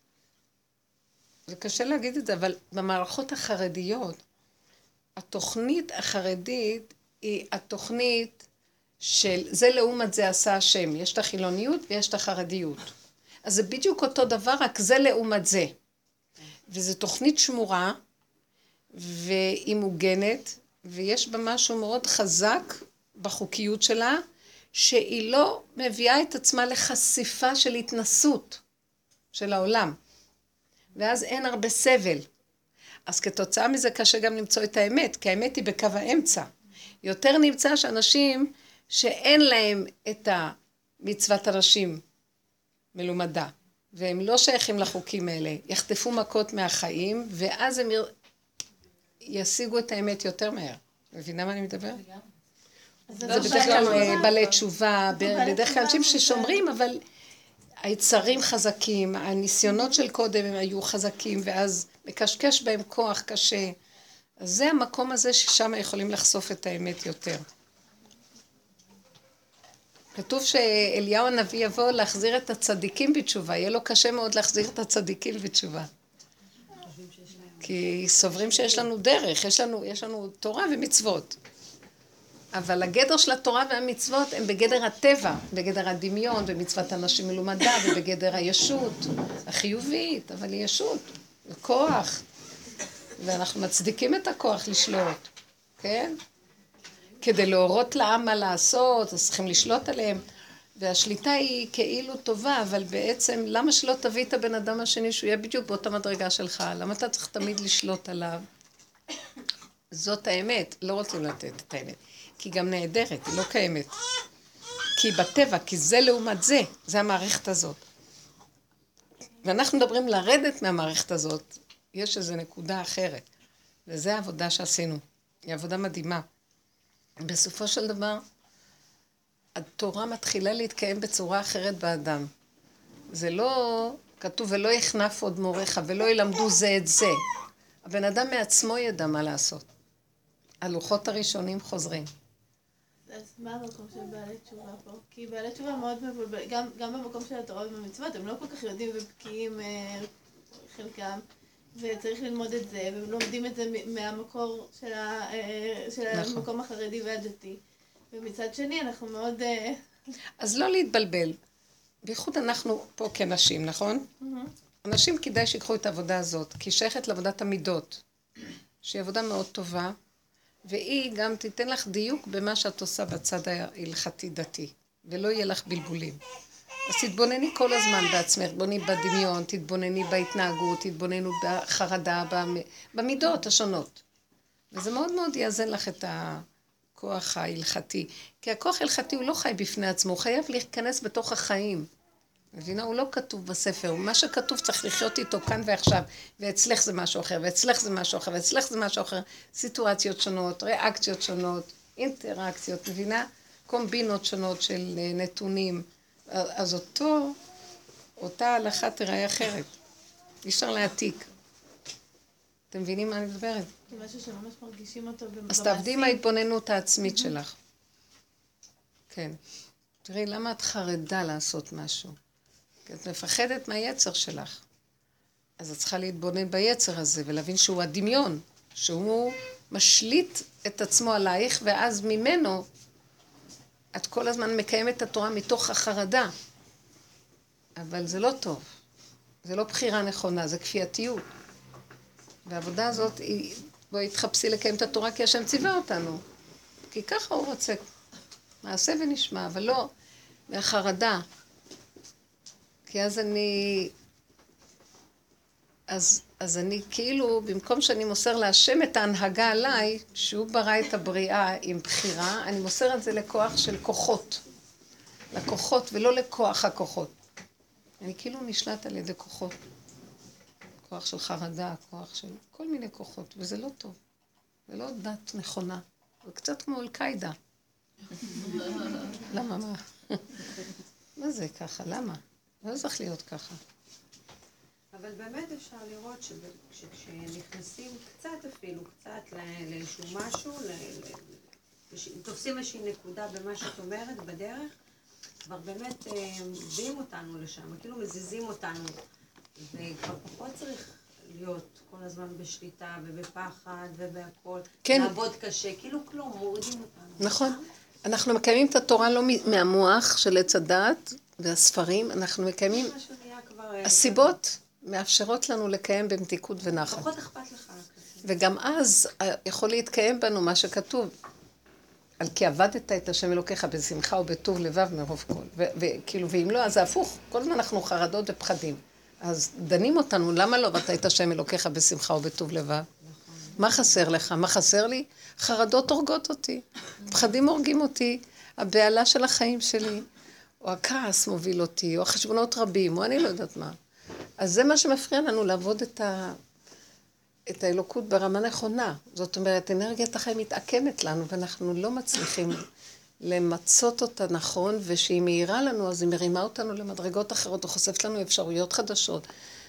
זה קשה להגיד את זה, אבל במערכות החרדיות, התוכנית החרדית היא התוכנית של זה לעומת זה עשה השם. יש את החילוניות ויש את החרדיות. אז זה בדיוק אותו דבר, רק זה לעומת זה. וזו תוכנית שמורה, והיא מוגנת, ויש בה משהו מאוד חזק בחוקיות שלה, שהיא לא מביאה את עצמה לחשיפה של התנסות של העולם. ואז אין הרבה סבל. אז כתוצאה מזה קשה גם למצוא את האמת, כי האמת היא בקו האמצע. יותר נמצא שאנשים שאין להם את מצוות אנשים מלומדה, והם לא שייכים לחוקים האלה, יחטפו מכות מהחיים, ואז הם ישיגו את האמת יותר מהר. מבינה מה אני מדבר? זה בדרך כלל בעלי תשובה, בדרך כלל אנשים ששומרים, אבל היצרים חזקים, הניסיונות של קודם הם היו חזקים, ואז מקשקש בהם כוח קשה. אז זה המקום הזה ששם יכולים לחשוף את האמת יותר. כתוב שאליהו הנביא יבוא להחזיר את הצדיקים בתשובה, יהיה לו קשה מאוד להחזיר את הצדיקים בתשובה. כי סוברים שיש לנו דרך, יש לנו תורה ומצוות. אבל הגדר של התורה והמצוות הם בגדר הטבע, בגדר הדמיון, במצוות אנשים מלומדה, ובגדר הישות החיובית, אבל היא ישות, זה כוח. ואנחנו מצדיקים את הכוח לשלוט, כן? כדי להורות לעם מה לעשות, אז צריכים לשלוט עליהם. והשליטה היא כאילו טובה, אבל בעצם למה שלא תביא את הבן אדם השני שהוא יהיה בדיוק באותה מדרגה שלך? למה אתה צריך תמיד לשלוט עליו? זאת האמת, לא רוצים לתת את האמת. כי היא גם נהדרת, היא לא קיימת. כי היא בטבע, כי זה לעומת זה, זה המערכת הזאת. ואנחנו מדברים לרדת מהמערכת הזאת, יש איזו נקודה אחרת. וזו העבודה שעשינו. היא עבודה מדהימה. בסופו של דבר, התורה מתחילה להתקיים בצורה אחרת באדם. זה לא כתוב, ולא יחנף עוד מורך, ולא ילמדו זה את זה. הבן אדם מעצמו ידע מה לעשות. הלוחות הראשונים חוזרים. אז מה המקום של בעלי תשובה פה? כי בעלי תשובה מאוד מבולבל, גם במקום של התורה ובמצוות, הם לא כל כך יודעים ובקיאים חלקם, וצריך ללמוד את זה, והם לומדים את זה מהמקור של המקום החרדי והדתי. ומצד שני אנחנו מאוד... אז לא להתבלבל. בייחוד אנחנו פה כנשים, נכון? אנשים כדאי שיקחו את העבודה הזאת, כי היא שייכת לעבודת המידות, שהיא עבודה מאוד טובה, והיא גם תיתן לך דיוק במה שאת עושה בצד ההלכתי דתי, ולא יהיה לך בלבולים. אז תתבונני כל הזמן בעצמך, תתבונני בדמיון, תתבונני בהתנהגות, תתבוננו בחרדה, במידות השונות. וזה מאוד מאוד יאזן לך את הכוח ההלכתי. כי הכוח ההלכתי הוא לא חי בפני עצמו, הוא חייב להיכנס בתוך החיים. מבינה? הוא לא כתוב בספר, מה שכתוב צריך לחיות איתו כאן ועכשיו, ואצלך זה משהו אחר, ואצלך זה משהו אחר, ואצלך זה משהו אחר, סיטואציות שונות, ריאקציות שונות, אינטראקציות, מבינה? קומבינות שונות של נתונים. אז אותה הלכה תראה אחרת. אי אפשר להעתיק. אתם מבינים מה אני מדברת? זה משהו שממש מרגישים אותו במעשים. אז תעבדי עם ההתבוננות העצמית שלך. כן. תראי, למה את חרדה לעשות משהו? כי את מפחדת מהיצר שלך. אז את צריכה להתבונן ביצר הזה ולהבין שהוא הדמיון, שהוא משליט את עצמו עלייך, ואז ממנו את כל הזמן מקיימת את התורה מתוך החרדה. אבל זה לא טוב. זה לא בחירה נכונה, זה כפייתיות. והעבודה הזאת, בואי תחפשי לקיים את התורה כי השם ציווה אותנו. כי ככה הוא רוצה. מעשה ונשמע, אבל לא מהחרדה. כי אז אני אז אני כאילו, במקום שאני מוסר להשם את ההנהגה עליי, שהוא ברא את הבריאה עם בחירה, אני מוסר את זה לכוח של כוחות. לכוחות ולא לכוח הכוחות. אני כאילו נשלט על ידי כוחות. כוח של חרדה, כוח של כל מיני כוחות, וזה לא טוב. זה לא דת נכונה. זה קצת כמו אל-קאידה. למה מה? מה זה ככה? למה? לא צריך להיות ככה. אבל באמת אפשר לראות שכשנכנסים קצת אפילו, קצת לאיזשהו משהו, תופסים איזושהי נקודה במה שאת אומרת בדרך, כבר באמת מביאים אותנו לשם, כאילו מזיזים אותנו, וכבר פחות צריך להיות כל הזמן בשליטה ובפחד ובהכל, כן. לעבוד קשה, כאילו כלום, מורידים אותנו. נכון. אנחנו מקיימים את התורה לא מהמוח של עץ הדת והספרים, אנחנו מקיימים... משהו נהיה כבר... הסיבות מאפשרות לנו לקיים במתיקות ונחת. פחות אכפת לך. וגם אז יכול להתקיים בנו מה שכתוב. על כי עבדת את השם אלוקיך בשמחה ובטוב לבב מרוב כל. וכאילו, ואם לא, אז זה הפוך. כל הזמן אנחנו חרדות ופחדים. אז דנים אותנו, למה לא עבדת את השם אלוקיך בשמחה ובטוב לבב? מה חסר לך? מה חסר לי? חרדות הורגות אותי. פחדים הורגים אותי. הבעלה של החיים שלי. או הכעס מוביל אותי, או החשבונות רבים, או אני לא יודעת מה. אז זה מה שמפריע לנו לעבוד את האלוקות ברמה נכונה. זאת אומרת, אנרגיית החיים מתעקמת לנו, ואנחנו לא מצליחים למצות אותה נכון, ושהיא מהירה לנו, אז היא מרימה אותנו למדרגות אחרות, או חושפת לנו אפשרויות חדשות,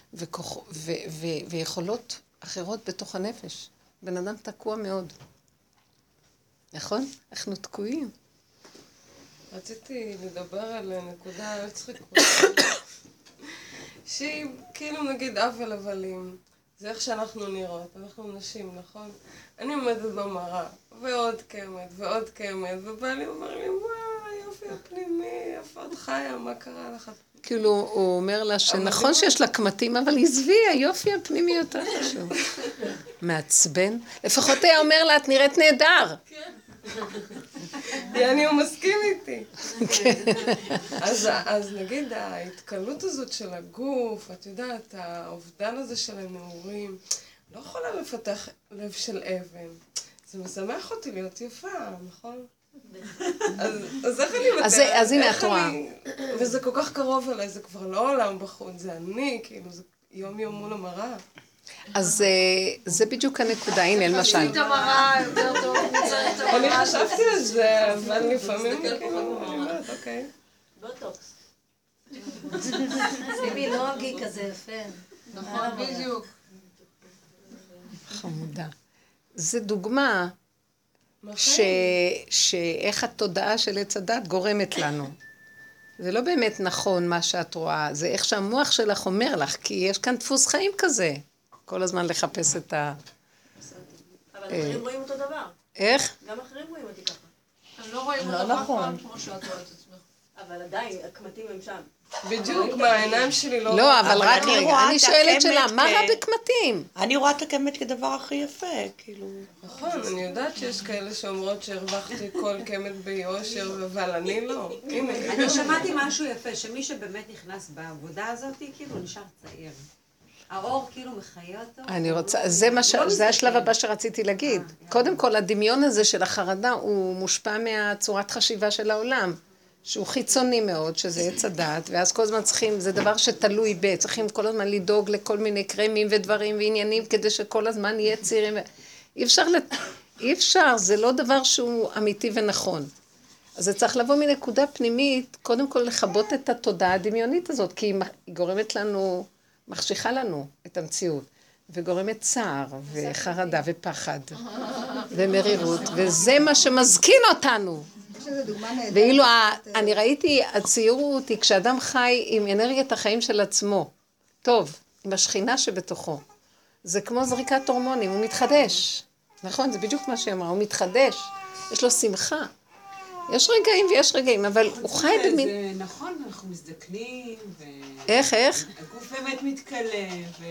ויכולות אחרות בתוך הנפש. בן אדם תקוע מאוד. נכון? אנחנו תקועים. רציתי לדבר על נקודה מצחיקה, שהיא כאילו נגיד אבל הבלים, זה איך שאנחנו נראות, אנחנו נשים, נכון? אני עומדת במראה, ועוד קמת, ועוד קמת, ובעלי אומר לי, וואי, יופי הפנימי, איפה את חיה, מה קרה לך? כאילו, הוא אומר לה שנכון שיש לה קמטים, אבל עזבי, היופי הפנימי יותר חשוב. מעצבן. לפחות היה אומר לה, את נראית נהדר. כן. יעני, הוא מסכים איתי. אז נגיד, ההתקלות הזאת של הגוף, את יודעת, האובדן הזה של הנעורים, לא יכולה לפתח לב של אבן. זה משמח אותי להיות יפה, נכון? אז איך אני מתארת? אז הנה את רואה. וזה כל כך קרוב אליי, זה כבר לא עולם בחוץ, זה אני, כאילו, זה יום יום מול המראה. אז זה בדיוק הנקודה, הנה למשל. את המראה יותר טוב, אני חשבתי על זה, אבל לפעמים כאילו, אני אומרת, אוקיי. בוטוקס. שימי לוגי כזה יפה. נכון, בדיוק. חמודה. זה דוגמה שאיך התודעה של עץ הדת גורמת לנו. זה לא באמת נכון מה שאת רואה, זה איך שהמוח שלך אומר לך, כי יש כאן דפוס חיים כזה. כל הזמן לחפש את ה... אבל אחרים רואים אותו דבר. איך? גם אחרים רואים אותי ככה. הם לא רואים לא אותו נכון. כמו שאת רואה את עצמך. אבל עדיין, הקמטים הם שם. בדיוק, מה, העיניים שלי לא... לא, אבל רק אני רגע, רואה אני את שואלת שאלה, הקמט מה רע בקמטים? אני רואה את הקמט כדבר הכי יפה, כאילו... נכון, אני יודעת שיש כאלה שאומרות שהרווחתי כל קמת ביושר, אבל אני לא. הנה. אני שמעתי משהו יפה, שמי שבאמת נכנס בעבודה הזאת, כאילו נשאר צעיר. האור כאילו מחיה אותו. אני רוצה, זה השלב הבא שרציתי להגיד. קודם כל, הדמיון הזה של החרדה הוא מושפע מהצורת חשיבה של העולם, שהוא חיצוני מאוד, שזה עץ הדעת, ואז כל הזמן צריכים, זה דבר שתלוי ב, צריכים כל הזמן לדאוג לכל מיני קרמים ודברים ועניינים, כדי שכל הזמן נהיה צעירים. אי אפשר, זה לא דבר שהוא אמיתי ונכון. אז זה צריך לבוא מנקודה פנימית, קודם כל לכבות את התודעה הדמיונית הזאת, כי היא גורמת לנו, מחשיכה לנו את המציאות, וגורמת צער וחרדה ופחד ומרירות, וזה מה שמזכין אותנו. ואילו אני ראיתי, הציור אותי, כשאדם חי עם אנרגיית החיים של עצמו, טוב, עם השכינה שבתוכו, זה כמו זריקת הורמונים, הוא מתחדש. נכון, זה בדיוק מה שהיא אמרה, הוא מתחדש, יש לו שמחה. יש רגעים ויש רגעים, אבל הוא חי במין... זה נכון, אנחנו מזדקנים, איך? הגוף באמת מתקלה,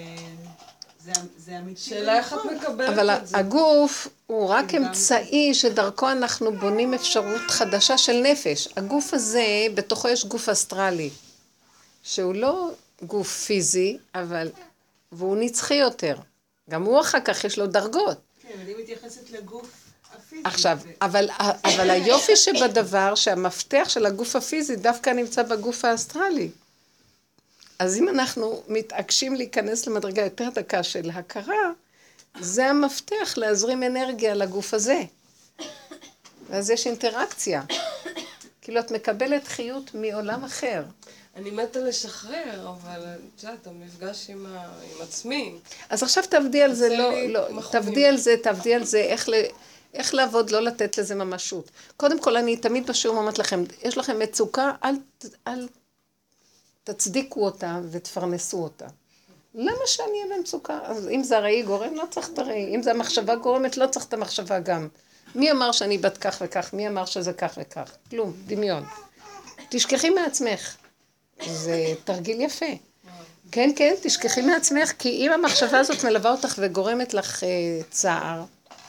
וזה אמיתי. שאלה איך את מקבלת אבל את זה? הגוף הוא רק אמצעי שדרכו אנחנו בונים אפשרות חדשה של נפש. הגוף הזה, בתוכו יש גוף אסטרלי, שהוא לא גוף פיזי, אבל והוא נצחי יותר. גם הוא אחר כך יש לו דרגות. כן, אבל היא מתייחסת לגוף הפיזי. עכשיו, אבל היופי שבדבר, שהמפתח של הגוף הפיזי דווקא נמצא בגוף האסטרלי. אז אם אנחנו מתעקשים להיכנס למדרגה יותר דקה של הכרה, זה המפתח להזרים אנרגיה לגוף הזה. ואז יש אינטראקציה. כאילו את מקבלת חיות מעולם אחר. אני מתה לשחרר, אבל את יודעת, המפגש עם עצמי. אז עכשיו תעבדי על זה, לא, תעבדי על זה, איך לעבוד, לא לתת לזה ממשות. קודם כל, אני תמיד בשיעור אומרת לכם, יש לכם מצוקה, אל תצדיקו אותה ותפרנסו אותה. למה שאני אהיה במצוקה? אז אם זה הראי גורם, לא צריך את הראי. אם זה המחשבה גורמת, לא צריך את המחשבה גם. מי אמר שאני בת כך וכך? מי אמר שזה כך וכך? כלום, דמיון. תשכחי מעצמך. זה תרגיל יפה. כן, כן, תשכחי מעצמך, כי אם המחשבה הזאת מלווה אותך וגורמת לך צער,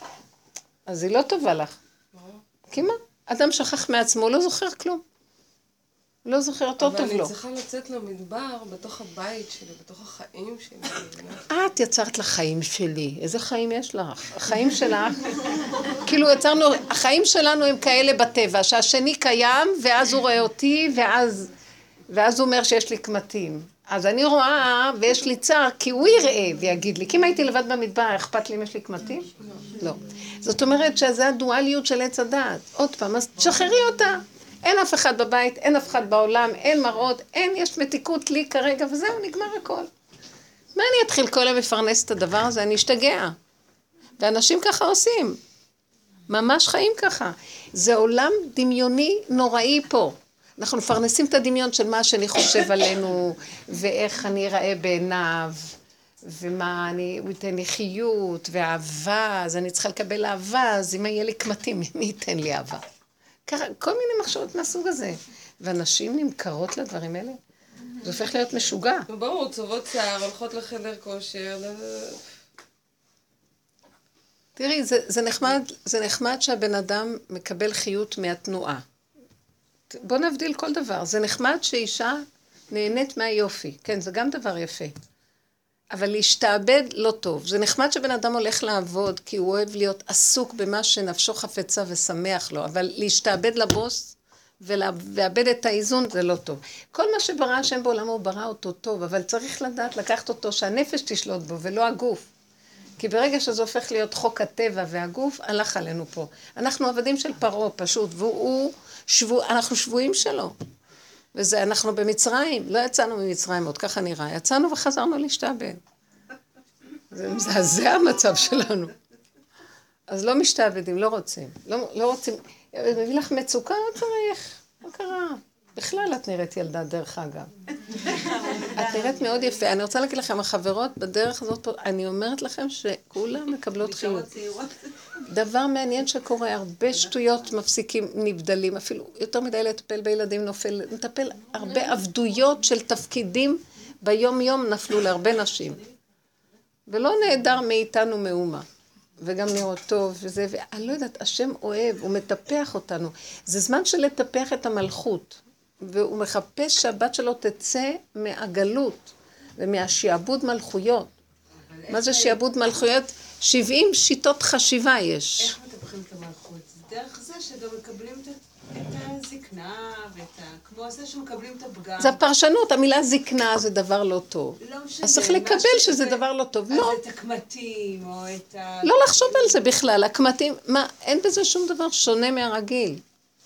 אז היא לא טובה לך. כי מה? אדם שכח מעצמו, לא זוכר כלום. לא זוכר, יותר טוב לו. אבל אני צריכה לצאת למדבר, בתוך הבית שלי, בתוך החיים שלי. את יצרת לחיים שלי. איזה חיים יש לך? החיים שלך, כאילו יצרנו, החיים שלנו הם כאלה בטבע, שהשני קיים, ואז הוא רואה אותי, ואז הוא אומר שיש לי קמטים. אז אני רואה, ויש לי צער, כי הוא יראה ויגיד לי, כי אם הייתי לבד במדבר, אכפת לי אם יש לי קמטים? לא. זאת אומרת שזה הדואליות של עץ הדעת. עוד פעם, אז תשחררי אותה. אין אף אחד בבית, אין אף אחד בעולם, אין מראות, יש מתיקות לי כרגע, וזהו, נגמר הכל. מה אני אתחיל כל היום לפרנס את הדבר הזה? אני אשתגע. ואנשים ככה עושים. ממש חיים ככה. זה עולם דמיוני נוראי פה. אנחנו מפרנסים את הדמיון של מה שאני חושב עלינו, ואיך אני אראה בעיניו, ומה הוא ייתן לי חיות, ואהבה, אז אני צריכה לקבל אהבה, אז אם יהיה לי קמטים, מי ייתן לי אהבה? ככה, כל מיני מחשבות מהסוג הזה. ואנשים נמכרות לדברים האלה. זה הופך להיות משוגע. ברור, צובות שיער, הולכות לחדר כושר. תראי, זה נחמד שהבן אדם מקבל חיות מהתנועה. בוא נבדיל כל דבר. זה נחמד שאישה נהנית מהיופי. כן, זה גם דבר יפה. אבל להשתעבד לא טוב. זה נחמד שבן אדם הולך לעבוד, כי הוא אוהב להיות עסוק במה שנפשו חפצה ושמח לו, אבל להשתעבד לבוס ולאבד את האיזון זה לא טוב. כל מה שברא השם בעולם הוא ברא אותו טוב, אבל צריך לדעת לקחת אותו שהנפש תשלוט בו ולא הגוף. כי ברגע שזה הופך להיות חוק הטבע והגוף, הלך עלינו פה. אנחנו עבדים של פרעה פשוט, אנחנו שבויים שלו. וזה, אנחנו במצרים, לא יצאנו ממצרים עוד, ככה נראה, יצאנו וחזרנו להשתעבד. זה מזעזע המצב שלנו. אז לא משתעבדים, לא רוצים. לא רוצים, מביא לך מצוקה, לא צריך, מה קרה? בכלל את נראית ילדה דרך אגב. את נראית מאוד יפה. אני רוצה להגיד לכם, החברות בדרך הזאת, אני אומרת לכם שכולם מקבלות חיות. דבר מעניין שקורה, הרבה שטויות מפסיקים, נבדלים, אפילו יותר מדי לטפל בילדים נופל, נטפל הרבה עבדויות של תפקידים ביום יום נפלו להרבה נשים. ולא נהדר מאיתנו מאומה. וגם נראות טוב וזה, ואני לא יודעת, השם אוהב, הוא מטפח אותנו. זה זמן של לטפח את המלכות. והוא מחפש שהבת שלו תצא מהגלות ומהשיעבוד מלכויות. מה זה שיעבוד מלכויות? 70 שיטות חשיבה יש. איך מטפחים את המלכות? זה דרך זה שגם מקבלים את הזקנה, כמו זה שמקבלים את הפגם. זה הפרשנות, המילה זקנה זה דבר לא טוב. לא משנה. אז צריך לקבל שזה דבר לא טוב. לא. אז את הקמטים, או את ה... לא לחשוב על זה בכלל, הקמטים, מה, אין בזה שום דבר שונה מהרגיל.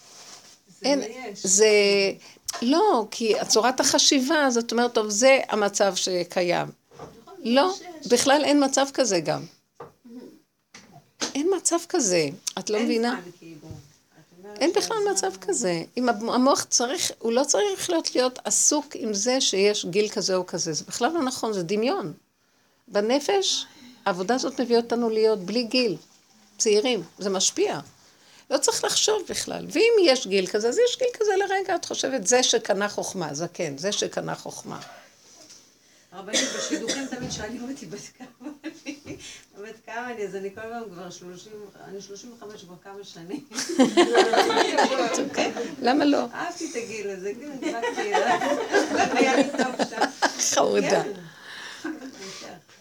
זה, לא, כי צורת החשיבה, זאת אומרת, טוב, זה המצב שקיים. לא, בכלל אין מצב כזה גם. אין מצב כזה, את לא מבינה? אין בכלל מצב כזה. אם המוח צריך, הוא לא צריך להיות עסוק עם זה שיש גיל כזה או כזה. זה בכלל לא נכון, זה דמיון. בנפש, העבודה הזאת מביא אותנו להיות בלי גיל, צעירים, זה משפיע. לא צריך לחשוב בכלל. ואם יש גיל כזה, אז יש גיל כזה לרגע, את חושבת, זה שקנה חוכמה, זה כן, זה שקנה חוכמה. הרבנית, בשידוכים תמיד שואלים אותי בת כמה אני, אז אני כל פעם כבר 35 כבר כמה שנים. למה לא? אהבתי את הגיל הזה, כאילו, היה לי טוב שם. חמודה.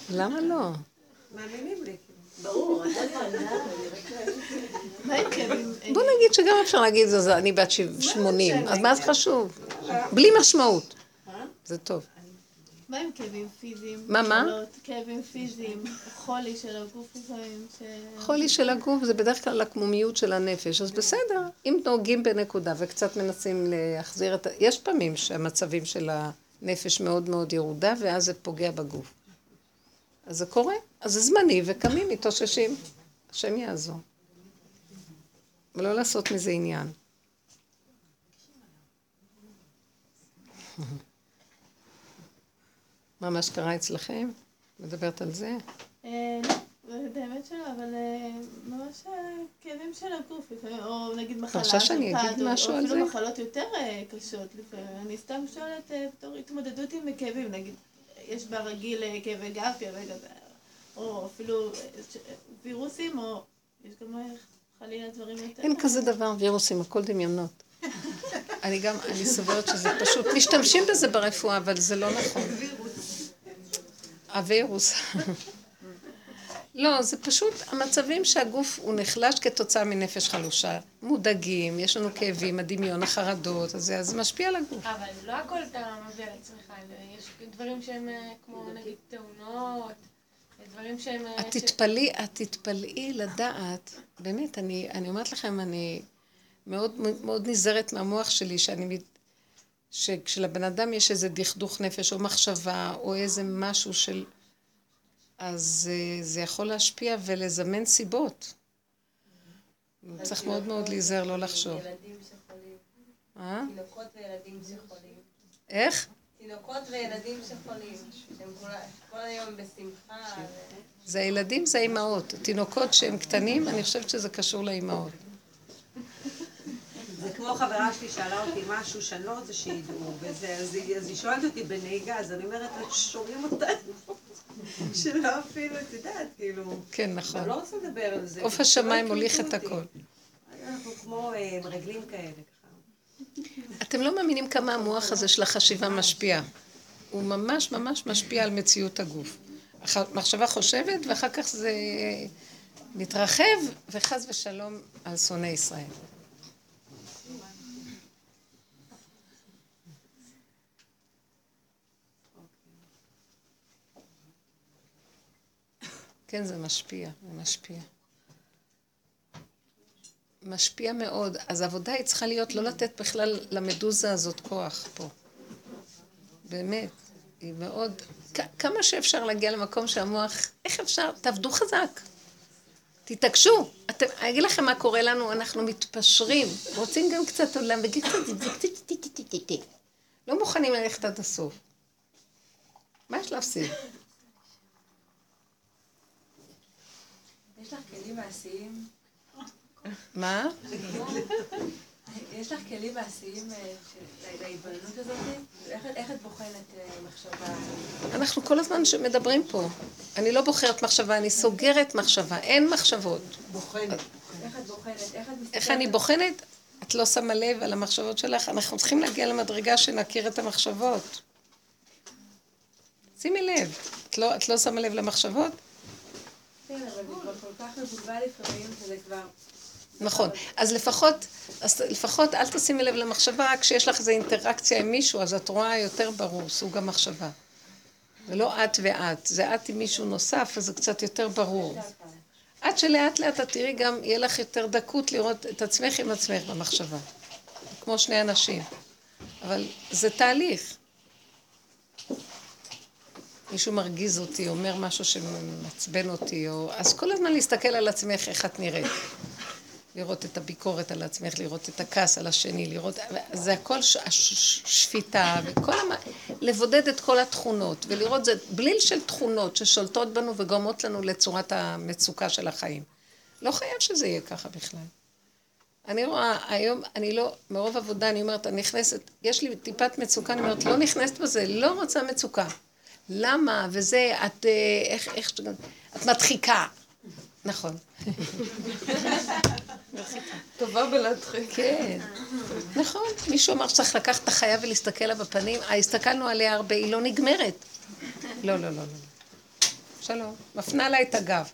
למה לא? מאמינים לי, כאילו. ברור, אתה יודע, מה עם כאבים? בוא נגיד שגם אפשר להגיד, אני בת 80, אז מה זה חשוב? בלי משמעות. זה טוב. מה עם כאבים פיזיים? מה? מחלות, כאבים פיזיים, חולי של הגוף לפעמים. חולי של הגוף זה בדרך כלל הקמומיות של הנפש, אז בסדר. אם נוגעים בנקודה וקצת מנסים להחזיר את... יש פעמים שהמצבים של הנפש מאוד מאוד ירודה, ואז זה פוגע בגוף. אז זה קורה, אז זה זמני, וקמים מתאוששים. השם יעזור. ולא לעשות מזה עניין. מה שקרה אצלכם? מדברת על זה? לא, באמת שלא, אבל ממש כאבים של הגוף לפעמים, או נגיד מחלה, עכשיו שאני אגיד משהו על או זה? אפילו מחלות יותר קשות לפעמים. אני סתם שואלת בתור התמודדות עם כאבים, נגיד, יש ברגיל כאבי גב, כאבי גב, או אפילו וירוסים, או יש גם חלילה דברים יותר... אין כזה דבר, וירוסים, הכל דמיונות. אני סוברת שזה פשוט, משתמשים בזה ברפואה, אבל זה לא נכון. הווירוס. לא, זה פשוט המצבים שהגוף הוא נחלש כתוצאה מנפש חלושה. מודאגים, יש לנו כאבים, הדמיון, החרדות, אז זה משפיע על הגוף. אבל לא הכל אתה מביא על עצמך, יש דברים שהם כמו נגיד תאונות, דברים שהם... את תתפלאי לדעת, באמת, אני אומרת לכם, אני מאוד מאוד נזהרת מהמוח שלי, שכשלבן אדם יש איזה דכדוך נפש או מחשבה או איזה משהו של... אז זה יכול להשפיע ולזמן סיבות. צריך מאוד מאוד להיזהר לא לחשוב. ילדים שחולים. תינוקות וילדים שחולים. איך? תינוקות וילדים שחולים. שהם כל היום בשמחה. זה הילדים, זה האימהות. תינוקות שהם קטנים, אני חושבת שזה קשור לאימהות. זה כמו חברה שלי שאלה אותי משהו שאני לא רוצה שידעו, אז היא שואלת אותי בנהיגה, אז אני אומרת, שומעים אותנו. שלא אפילו, את יודעת, כאילו... כן, נכון. אני לא רוצה לדבר על זה. עוף השמיים מוליך את הכל. אנחנו כמו מרגלים כאלה. אתם לא מאמינים כמה המוח הזה של החשיבה משפיע. הוא ממש ממש משפיע על מציאות הגוף. מחשבה חושבת, ואחר כך זה מתרחב, וחס ושלום על שונאי ישראל. כן, זה משפיע, זה משפיע. משפיע מאוד. אז העבודה היא צריכה להיות לא לתת בכלל למדוזה הזאת כוח פה. באמת, היא מאוד... כמה שאפשר להגיע למקום שהמוח... איך אפשר? תעבדו חזק. תתעקשו. אני אגיד לכם מה קורה לנו, אנחנו מתפשרים. רוצים גם קצת עולם, וגיד קצת... לא מוכנים ללכת עד הסוף. מה יש להפסיד? יש לך כלים מעשיים? מה? יש לך כלים מעשיים להתבוננות הזאת? איך את בוחנת מחשבה? אנחנו כל הזמן שמדברים פה. אני לא בוחרת מחשבה, אני סוגרת מחשבה. אין מחשבות. בוחנת. איך את בוחנת? איך את מסתכלת? איך אני בוחנת? את לא שמה לב על המחשבות שלך. אנחנו צריכים להגיע למדרגה שנכיר את המחשבות. שימי לב. את לא שמה לב למחשבות? כן, אבל זה כבר כל כך מבולבל לפעמים, שזה כבר... נכון. אז לפחות אל תשימי לב למחשבה, כשיש לך איזו אינטראקציה עם מישהו, אז את רואה יותר ברור, סוג המחשבה. זה לא את ואת, זה את עם מישהו נוסף, אז זה קצת יותר ברור. עד שלאט לאט את תראי גם, יהיה לך יותר דקות לראות את עצמך עם עצמך במחשבה. כמו שני אנשים. אבל זה תהליך. מישהו מרגיז אותי, אומר משהו שמצבן אותי, אז כל הזמן להסתכל על עצמך איך את נראית. לראות את הביקורת על עצמך, לראות את הכעס על השני, לראות... זה הכל שפיטה, לבודד את כל התכונות, ולראות זה בליל של תכונות ששולטות בנו וגורמות לנו לצורת המצוקה של החיים. לא חייב שזה יהיה ככה בכלל. אני רואה, היום, אני לא, מרוב עבודה, אני אומרת, אני נכנסת, יש לי טיפת מצוקה, אני אומרת, לא נכנסת בזה, לא רוצה מצוקה. למה? וזה, את מדחיקה. נכון. טובה בלהדחיק. כן. נכון. מישהו אמר שצריך לקחת את החיה ולהסתכל לה בפנים. הסתכלנו עליה הרבה, היא לא נגמרת. לא. שלום. מפנה לה את הגב.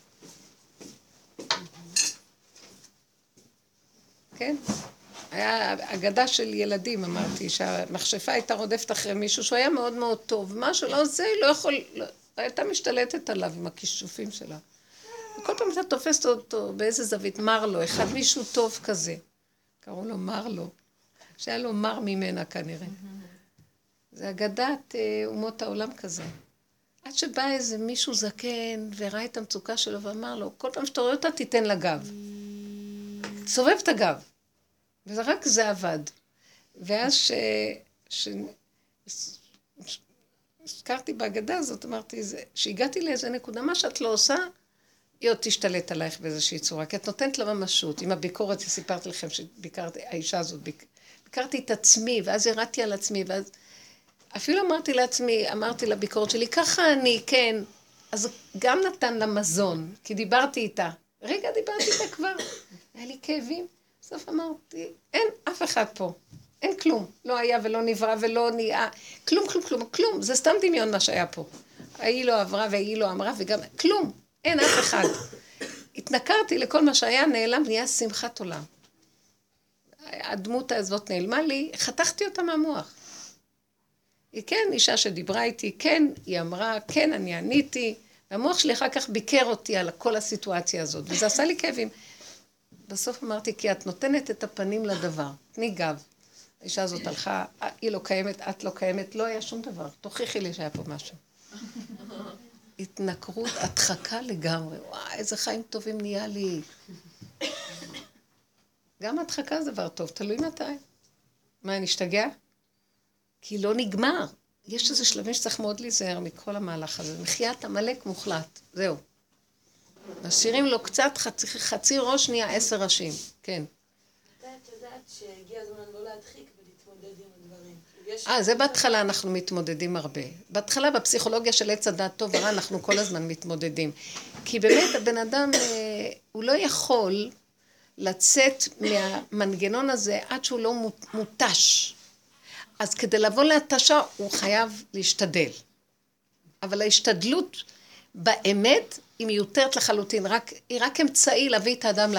כן? היה אגדה של ילדים, אמרתי, שהמכשפה הייתה רודפת אחרי מישהו שהוא היה מאוד מאוד טוב. מה שלא עושה, לא יכול, הייתה משתלטת עליו עם הכישופים שלה. וכל פעם אתה תופסת אותו באיזה זווית, מרלו, אחד מישהו טוב כזה. קראו לו מרלו, שהיה לו מר ממנה כנראה. זה אגדת אומות העולם כזה. עד שבא איזה מישהו זקן וראה את המצוקה שלו ואמר לו, כל פעם שאתה רואה אותה תיתן לה גב. סובב את הגב. וזה רק זה עבד. ואז שהזכרתי בהגדה הזאת, אמרתי, שהגעתי לאיזה נקודה, מה שאת לא עושה, היא עוד תשתלט עלייך באיזושהי צורה, כי את נותנת לה ממשות. עם הביקורת, סיפרתי לכם שביקרתי, האישה הזאת, ביקרתי את עצמי, ואז ירדתי על עצמי, ואז אפילו אמרתי לעצמי, אמרתי לביקורת שלי, ככה אני, כן, אז גם נתן לה מזון, כי דיברתי איתה. רגע, דיברתי איתה כבר. היה לי כאבים. בסוף אמרתי, אין אף אחד פה. אין כלום. לא היה ולא נברא ולא נהיה. כלום, כלום, כלום, כלום. זה סתם דמיון מה שהיה פה. היא לא עברה והיא לא אמרה וגם, כלום. אין אף אחד. התנכרתי לכל מה שהיה, נעלם, נהיה שמחת עולם. הדמות הזאת נעלמה לי, חתכתי אותה מהמוח. היא כן, אישה שדיברה איתי, כן, היא אמרה, כן, אני עניתי, והמוח שלי אחר כך ביקר אותי על כל הסיטואציה הזאת, וזה עשה לי כאבים. בסוף אמרתי, כי את נותנת את הפנים לדבר, תני גב. האישה הזאת הלכה, היא לא קיימת, את לא קיימת, לא היה שום דבר. תוכיחי לי שהיה פה משהו. התנכרות, הדחקה לגמרי. וואי, איזה חיים טובים נהיה לי. גם הדחקה זה דבר טוב, תלוי מתי. מה, נשתגע? כי לא נגמר. יש איזה שלבים שצריך מאוד להיזהר מכל המהלך הזה. מחיית המלאק מוחלט. זהו. משאירים לו קצת חצי ראש נהיה 10 ראשים. כן. את יודעת שהגיע הזמן לא להדחיק ולהתמודד עם הדברים. זה בהתחלה אנחנו מתמודדים הרבה. בהתחלה בפסיכולוגיה של עץ הדת טוב ורע אנחנו כל הזמן מתמודדים. כי באמת הבן אדם הוא לא יכול לצאת מהמנגנון הזה עד שהוא לא מותש. אז כדי לבוא להתשה הוא חייב להשתדל. אבל ההשתדלות באמת היא מיותרת לחלוטין. היא רק אמצעי להביא את האדם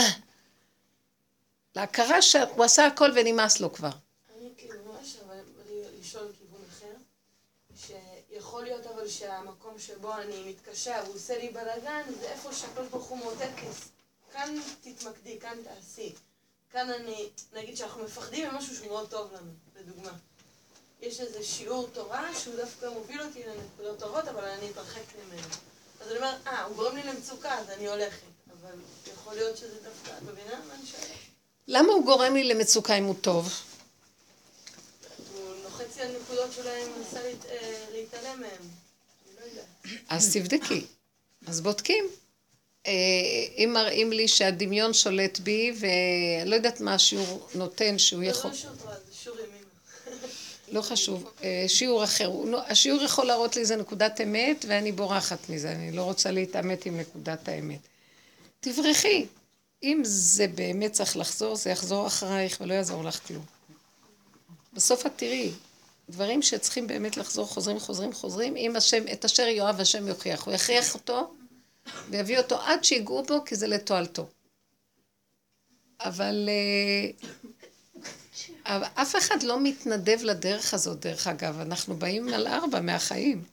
להכרה שהוא עשה הכל ונמאס לו כבר. אני כאילו ממש, אבל לשאול כיוון אחר, שיכול להיות אבל שהמקום שבו אני מתקשה והוא עושה לי בלגן, זה איפה שהקדוש ברוך הוא מוטקס. כאן תתמקדי, כאן תעשי. כאן אני, נגיד שאנחנו מפחדים ממשהו שהוא מאוד טוב לנו, לדוגמה. יש איזה שיעור תורה שהוא דווקא מוביל אותי לנקודות טובות, אבל אני אתרחק ממנו. אז אני אומר, הוא גורם לי למצוקה, אז אני הולכת. אבל יכול להיות שזה דווקא, את מבינה מה אני שואלת? למה הוא גורם לי למצוקה אם הוא טוב? הוא לוחץ לי על נקודות שאולי מנסה להתעלם מהם. אני לא יודעת. אז תבדקי. אז בודקים. אם מראים לי שהדמיון שולט בי, ואני לא יודעת מה השיעור נותן שהוא יכול... זה לא שיעור תורה, זה שיעור ימינה. לא חשוב, שיעור אחר. השיעור יכול להראות לי איזה נקודת אמת, ואני בורחת מזה, אני לא רוצה להתאמת עם נקודת האמת. תברכי. אם זה באמת צריך לחזור, זה יחזור אחרייך ולא יעזור לך כלום. בסוף את תראי, דברים שצריכים באמת לחזור, חוזרים, אם השם, את אשר יואב השם יוכיח, הוא יכריח אותו, ויביא אותו עד שיגעו בו, כי זה לתועלתו. אבל אף אחד לא מתנדב לדרך הזאת, דרך אגב, אנחנו באים על 4 מהחיים.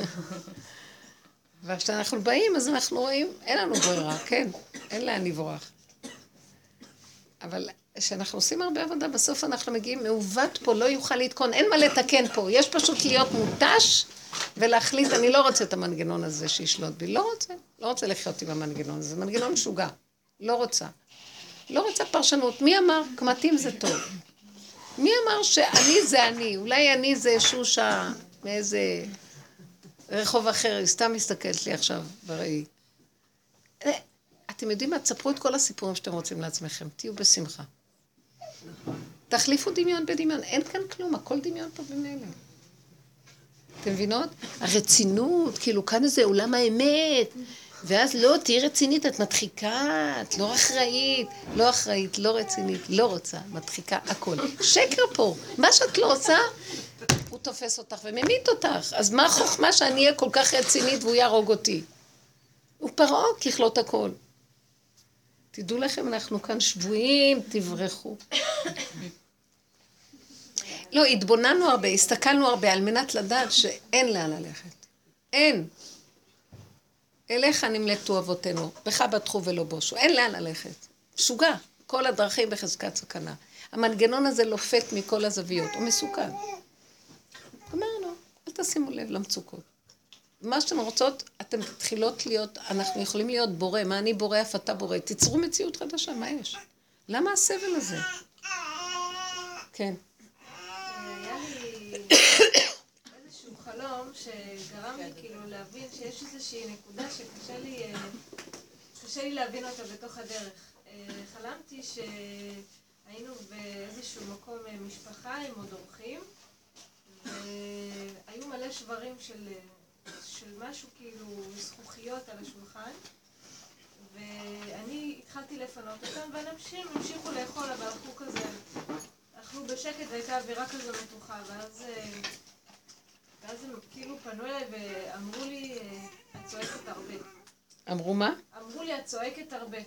וכשאנחנו באים, אז אנחנו רואים, אין לנו ברירה, כן, אין לאן לברוח. אבל כשאנחנו עושים הרבה עבודה, בסוף אנחנו מגיעים, מעוות פה, לא יוכל להתקון, אין מה לתקן פה, יש פשוט להיות מותש, ולהחליט, אני לא רוצה את המנגנון הזה שישלוט בי, לא רוצה לחיות עם המנגנון הזה, זה מנגנון משוגע, לא רוצה פרשנות, מי אמר? קמטים זה טוב. מי אמר שאני זה אני, אולי אני זה שושה מאיזה רחוב אחר, היא סתם מסתכלת לי עכשיו בראי. אתם יודעים מה? תספרו את כל הסיפורים שאתם רוצים לעצמכם, תהיו בשמחה. תחליפו דמיון בדמיון, אין כאן כלום, הכל דמיון פה במילא. אתם מבינות? הרצינות, כאילו כאן איזה עולם האמת, ואז לא, תהיי רצינית, את מדחיקה, את לא אחראית, לא רצינית, לא רוצה, מדחיקה, הכל. שקר פה, מה שאת לא עושה, הוא תופס אותך וממית אותך. אז מה החוכמה שאני אהיה כל כך רצינית והוא יהרוג אותי? הוא פרעה ככלות הכל. תדעו לכם, אנחנו כאן שבויים, תברחו. לא, התבוננו הרבה, הסתכלנו הרבה על מנת לדעת שאין לאן ללכת. אין. אליך נמלטו אבותינו, בך בטחו ולא בושו. אין לאן ללכת. משוגע. כל הדרכים בחזקת סכנה. המנגנון הזה לופת מכל הזוויות. הוא מסוכן. אמרנו, אל תשימו לב למצוקות. מה שאתם רוצות, אתם תתחילות להיות, אנחנו יכולים להיות בורא. מה אני בורא, אף אתה בורא. תיצרו מציאות חדשה, מה יש? למה הסבל הזה? כן. היה לי איזשהו חלום שגרם לי כאילו להבין שיש איזושהי נקודה שקשה לי להבין אותה בתוך הדרך. חלמתי שהיינו באיזשהו מקום משפחה עם עוד אורחים, והיו מלא שברים של משהו כאילו זכוכיות על השולחן, ואני התחלתי לפנות אותם, ואנשים המשיכו לאכול, אבל אכלו כזה, אכלו בשקט והייתה אווירה כזו מתוחה, ואז הם כאילו פנו אליי ואמרו לי, את צועקת הרבה. אמרו מה? אמרו לי, את צועקת הרבה.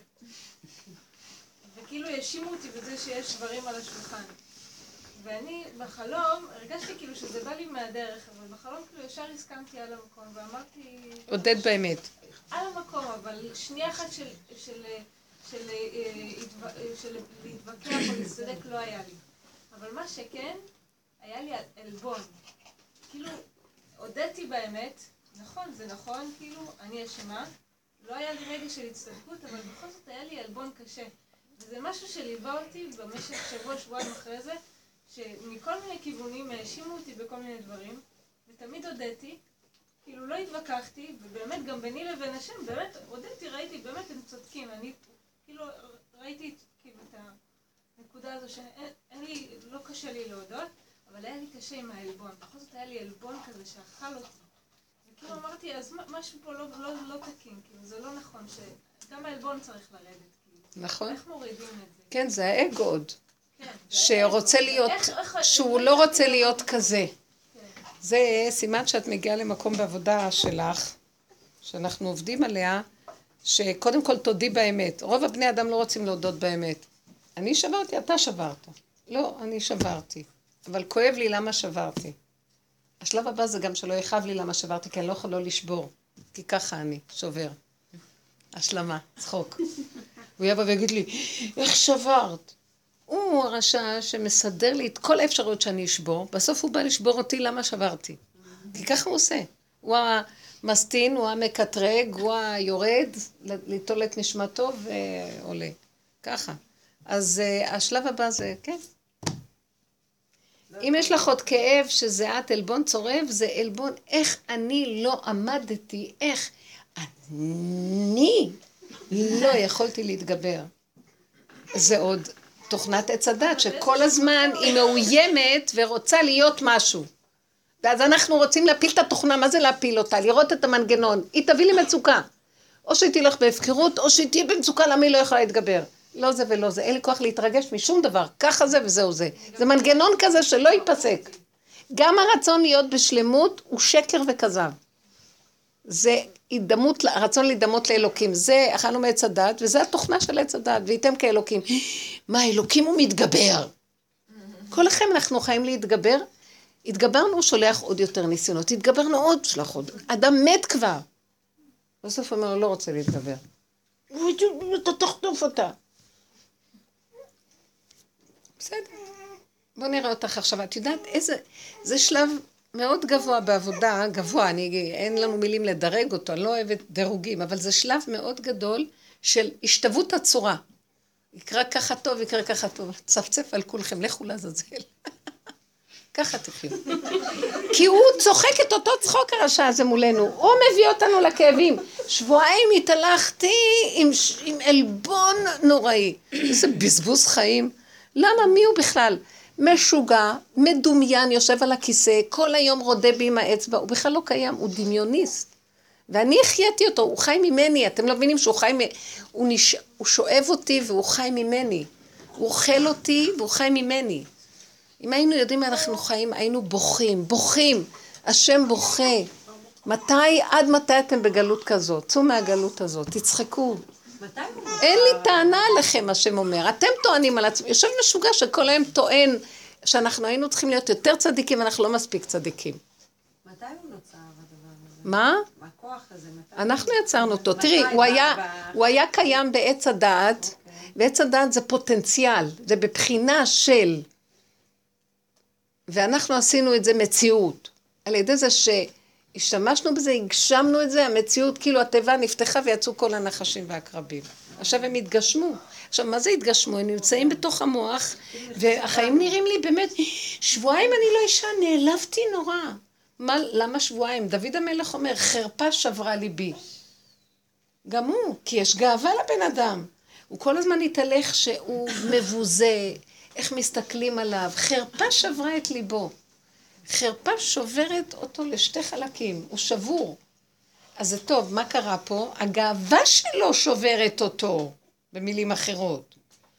וכאילו האשימו אותי בזה שיש שברים על השולחן. ואני בחלום, הרגשתי כאילו שזה בא לי מהדרך, אבל בחלום כאילו ישר הסכמתי על המקום, ואמרתי... עודד באמת. על המקום, אבל שנייה אחת של להתווכח או להצטדק לא היה לי. אבל מה שכן, היה לי עלבון. כאילו, הודיתי באמת, נכון, זה נכון, כאילו, אני אשמה, לא היה לי רגע של הצטדקות, אבל בכל זאת היה לי עלבון קשה. וזה משהו שליווה אותי במשך שבועיים אחרי זה, שמכל מיני כיוונים האשימו אותי בכל מיני דברים, ותמיד הודיתי, כאילו לא התווכחתי, ובאמת גם ביני לבין השם, באמת הודיתי, ראיתי, באמת הם צודקים, אני כאילו ראיתי כאילו את הנקודה הזו שאין לי, לא קשה לי להודות, אבל היה לי קשה עם העלבון, בכל זאת היה לי עלבון כזה שאכל אותי. וכאילו אמרתי, אז משהו פה לא תקין, כאילו זה לא נכון, שגם העלבון צריך לרדת, כאילו. נכון. איך מורידים את זה? כן, זה האגו עוד. שרוצה להיות, שהוא לא רוצה להיות כזה. זה סימן שאת מגיעה למקום בעבודה שלך, שאנחנו עובדים עליה, שקודם כל תודי באמת. רוב הבני אדם לא רוצים להודות באמת. אני שברתי, אתה שברת. לא, אני שברתי. אבל כואב לי למה שברתי. השלב הבא זה גם שלא יכאב לי למה שברתי, כי אני לא יכול לא לשבור. כי ככה אני, שובר. השלמה, צחוק. הוא יבוא ויגיד לי, איך שברת? הוא הרשע שמסדר לי את כל האפשרויות שאני אשבור, בסוף הוא בא לשבור אותי למה שברתי. כי ככה הוא עושה. הוא המסטין, הוא המקטרג, הוא היורד, ליטול את נשמתו ועולה. ככה. אז השלב הבא זה, כן. אם יש לך עוד כאב שזה את עלבון צורב, זה עלבון איך אני לא עמדתי, איך אני לא יכולתי להתגבר. זה עוד תוכנת עץ הדת, שכל הזמן היא מאוימת ורוצה להיות משהו. ואז אנחנו רוצים להפיל את התוכנה, מה זה להפיל אותה? לראות את המנגנון. היא תביא לי מצוקה. או שהיא תלך בהפקרות, או שהיא תהיה במצוקה, למה היא לא יכולה להתגבר? לא זה ולא זה, אין לי כוח להתרגש משום דבר. ככה זה וזהו זה. זה מנגנון כזה שלא ייפסק. גם הרצון להיות בשלמות הוא שקר וכזב. זה הרצון להידמות לאלוקים. זה אכלנו מעץ הדת, וזה התוכנה של עץ הדת, והייתם כאלוקים. מה, אלוקים הוא מתגבר. כל לכם אנחנו חיים להתגבר. התגברנו, שולח עוד יותר ניסיונות. התגברנו עוד, שלח עוד. אדם מת כבר. בסוף הוא אומר, לא רוצה להתגבר. אתה תחטוף אותה. בסדר. בוא נראה אותך עכשיו. את יודעת איזה, זה שלב מאוד גבוה בעבודה, גבוה, אין לנו מילים לדרג אותו, אני לא אוהבת דירוגים, אבל זה שלב מאוד גדול של השתוות הצורה. יקרא ככה טוב, יקרא ככה טוב. צפצף על כולכם, לכו לעזאזל. ככה תחיו. כי הוא צוחק את אותו צחוק הרשע הזה מולנו, הוא מביא אותנו לכאבים. שבועיים התהלכתי עם עלבון נוראי. זה בזבוז חיים. למה? מי הוא בכלל? משוגע, מדומיין, יושב על הכיסא, כל היום רודה בי עם האצבע, הוא בכלל לא קיים, הוא דמיוניסט. ואני החייתי אותו, הוא חי ממני, אתם לא מבינים שהוא חי, הוא שואב אותי והוא חי ממני. הוא אוכל אותי והוא חי ממני. אם היינו יודעים אנחנו חיים, היינו בוכים. השם בוכה. עד מתי אתם בגלות כזאת? צאו מהגלות הזאת, תצחקו. אין לי טענה עליכם, השם אומר. אתם טוענים על עצמם. יושב משוגע שכל היום טוען שאנחנו היינו צריכים להיות יותר צדיקים, ואנחנו לא מספיק צדיקים. מתי הוא נוצר הדבר הזה? מה? הכוח הזה, מתי? אנחנו יצרנו אותו. תראי, הוא היה קיים בעץ הדעת, ועץ הדעת זה פוטנציאל, זה בבחינה של, ואנחנו עשינו את זה מציאות. על ידי זה שהשתמשנו בזה, הגשמנו את זה, המציאות כאילו הטבע נפתחה ויצאו כל הנחשים והקרבים. עכשיו הם התגשמו. עכשיו, מה זה התגשמו? הם נמצאים בתוך המוח, והחיים נראים לי באמת, שבועיים אני לא אישה, נעלבתי נורא. למה שבועיים? דוד המלך אומר, חרפה שברה ליבי. גם הוא, כי יש גאווה לבן אדם. הוא כל הזמן התהלך שהוא מבוזה, איך מסתכלים עליו. חרפה שברה את ליבו. חרפה שוברת אותו לשתי חלקים, הוא שבור. אז זה טוב, מה קרה פה? הגאווה שלו שוברת אותו, במילים אחרות.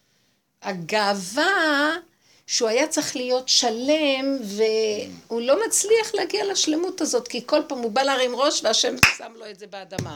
הגאווה שהוא היה צריך להיות שלם, והוא לא מצליח להגיע לשלמות הזאת, כי כל פעם הוא בא להרים ראש, והשם שם לו את זה באדמה.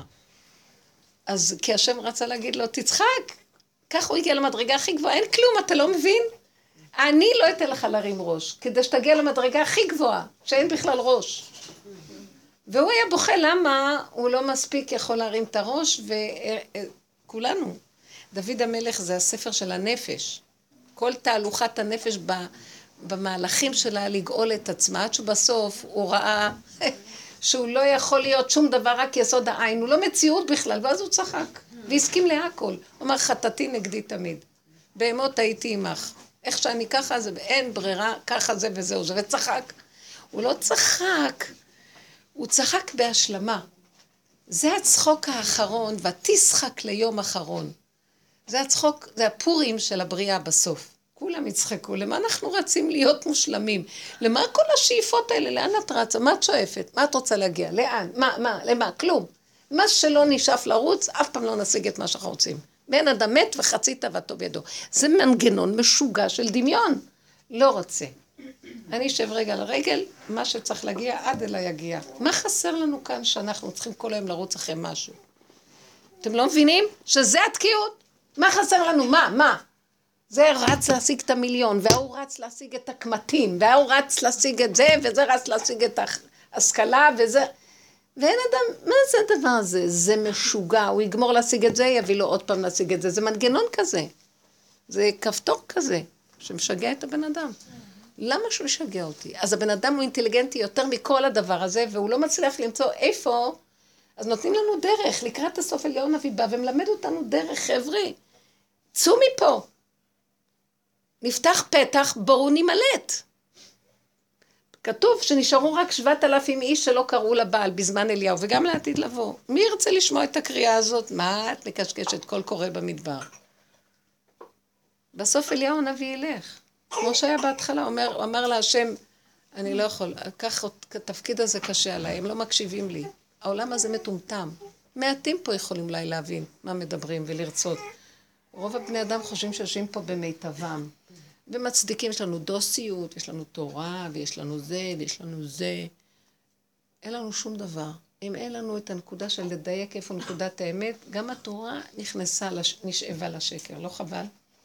אז כי השם רצה להגיד לו, תצחק, כך הוא הגיע למדרגה הכי גבוהה, אין כלום, אתה לא מבין? אני לא אתן לך להרים ראש, כדי שתגיע למדרגה הכי גבוהה, שאין בכלל ראש. והוא היה בוכה למה הוא לא מספיק יכול להרים את הראש, וכולנו. דוד המלך זה הספר של הנפש. כל תהלוכת הנפש במהלכים שלה לגאול את עצמה, עד שבסוף הוא ראה שהוא לא יכול להיות שום דבר רק יסוד העין, הוא לא מציאות בכלל, ואז הוא צחק, והסכים להכל. הוא אמר, חטאתי נגדי תמיד, בהמות הייתי עמך. איך שאני ככה, זה אין ברירה, ככה זה וזהו זה, וצחק. הוא לא צחק, הוא צחק בהשלמה. זה הצחוק האחרון, ותשחק ליום אחרון. זה הצחוק, זה הפורים של הבריאה בסוף. כולם יצחקו, למה אנחנו רצים להיות מושלמים? למה כל השאיפות האלה? לאן את רצה? מה את שואפת? מה את רוצה להגיע? לאן? למה? כלום. מה שלא נשאף לרוץ, אף פעם לא נשיג את מה שאנחנו רוצים. בן אדם מת וחצי תאוותו בידו. זה מנגנון משוגע של דמיון. לא רוצה. אני אשב רגע על הרגל, מה שצריך להגיע עד אליי יגיע. מה חסר לנו כאן שאנחנו צריכים כל היום לרוץ אחרי משהו? אתם לא מבינים שזה התקיעות? מה חסר לנו? מה? זה רץ להשיג את המיליון, והוא רץ להשיג את הקמטים, והוא רץ להשיג את זה, וזה רץ להשיג את ההשכלה, וזה... ואין אדם, מה זה הדבר הזה? זה משוגע, הוא יגמור להשיג את זה, יביא לו עוד פעם להשיג את זה. זה מנגנון כזה. זה כפתור כזה, שמשגע את הבן אדם. למה שהוא ישגע אותי? אז הבן אדם הוא אינטליגנטי יותר מכל הדבר הזה, והוא לא מצליח למצוא איפה, אז נותנים לנו דרך. לקראת הסוף אליהו הנביא בא ומלמד אותנו דרך, חבר'ה. צאו מפה. נפתח פתח, בואו נמלט. כתוב שנשארו רק 7,000 איש שלא קראו לבעל בזמן אליהו, וגם לעתיד לבוא. מי ירצה לשמוע את הקריאה הזאת? מה את מקשקשת? כל קורא במדבר. בסוף אליהו הנביא ילך. כמו שהיה בהתחלה, הוא אמר להשם, אני לא יכול, כך התפקיד הזה קשה עליי, הם לא מקשיבים לי. העולם הזה מטומטם. מעטים פה יכולים אולי להבין מה מדברים ולרצות. רוב הבני אדם חושבים שיושבים פה במיטבם. ומצדיקים, יש לנו דוסיות, יש לנו תורה, ויש לנו זה, ויש לנו זה. אין לנו שום דבר. אם אין לנו את הנקודה של לדייק איפה נקודת האמת, גם התורה נשאבה לשקר, לא חבל?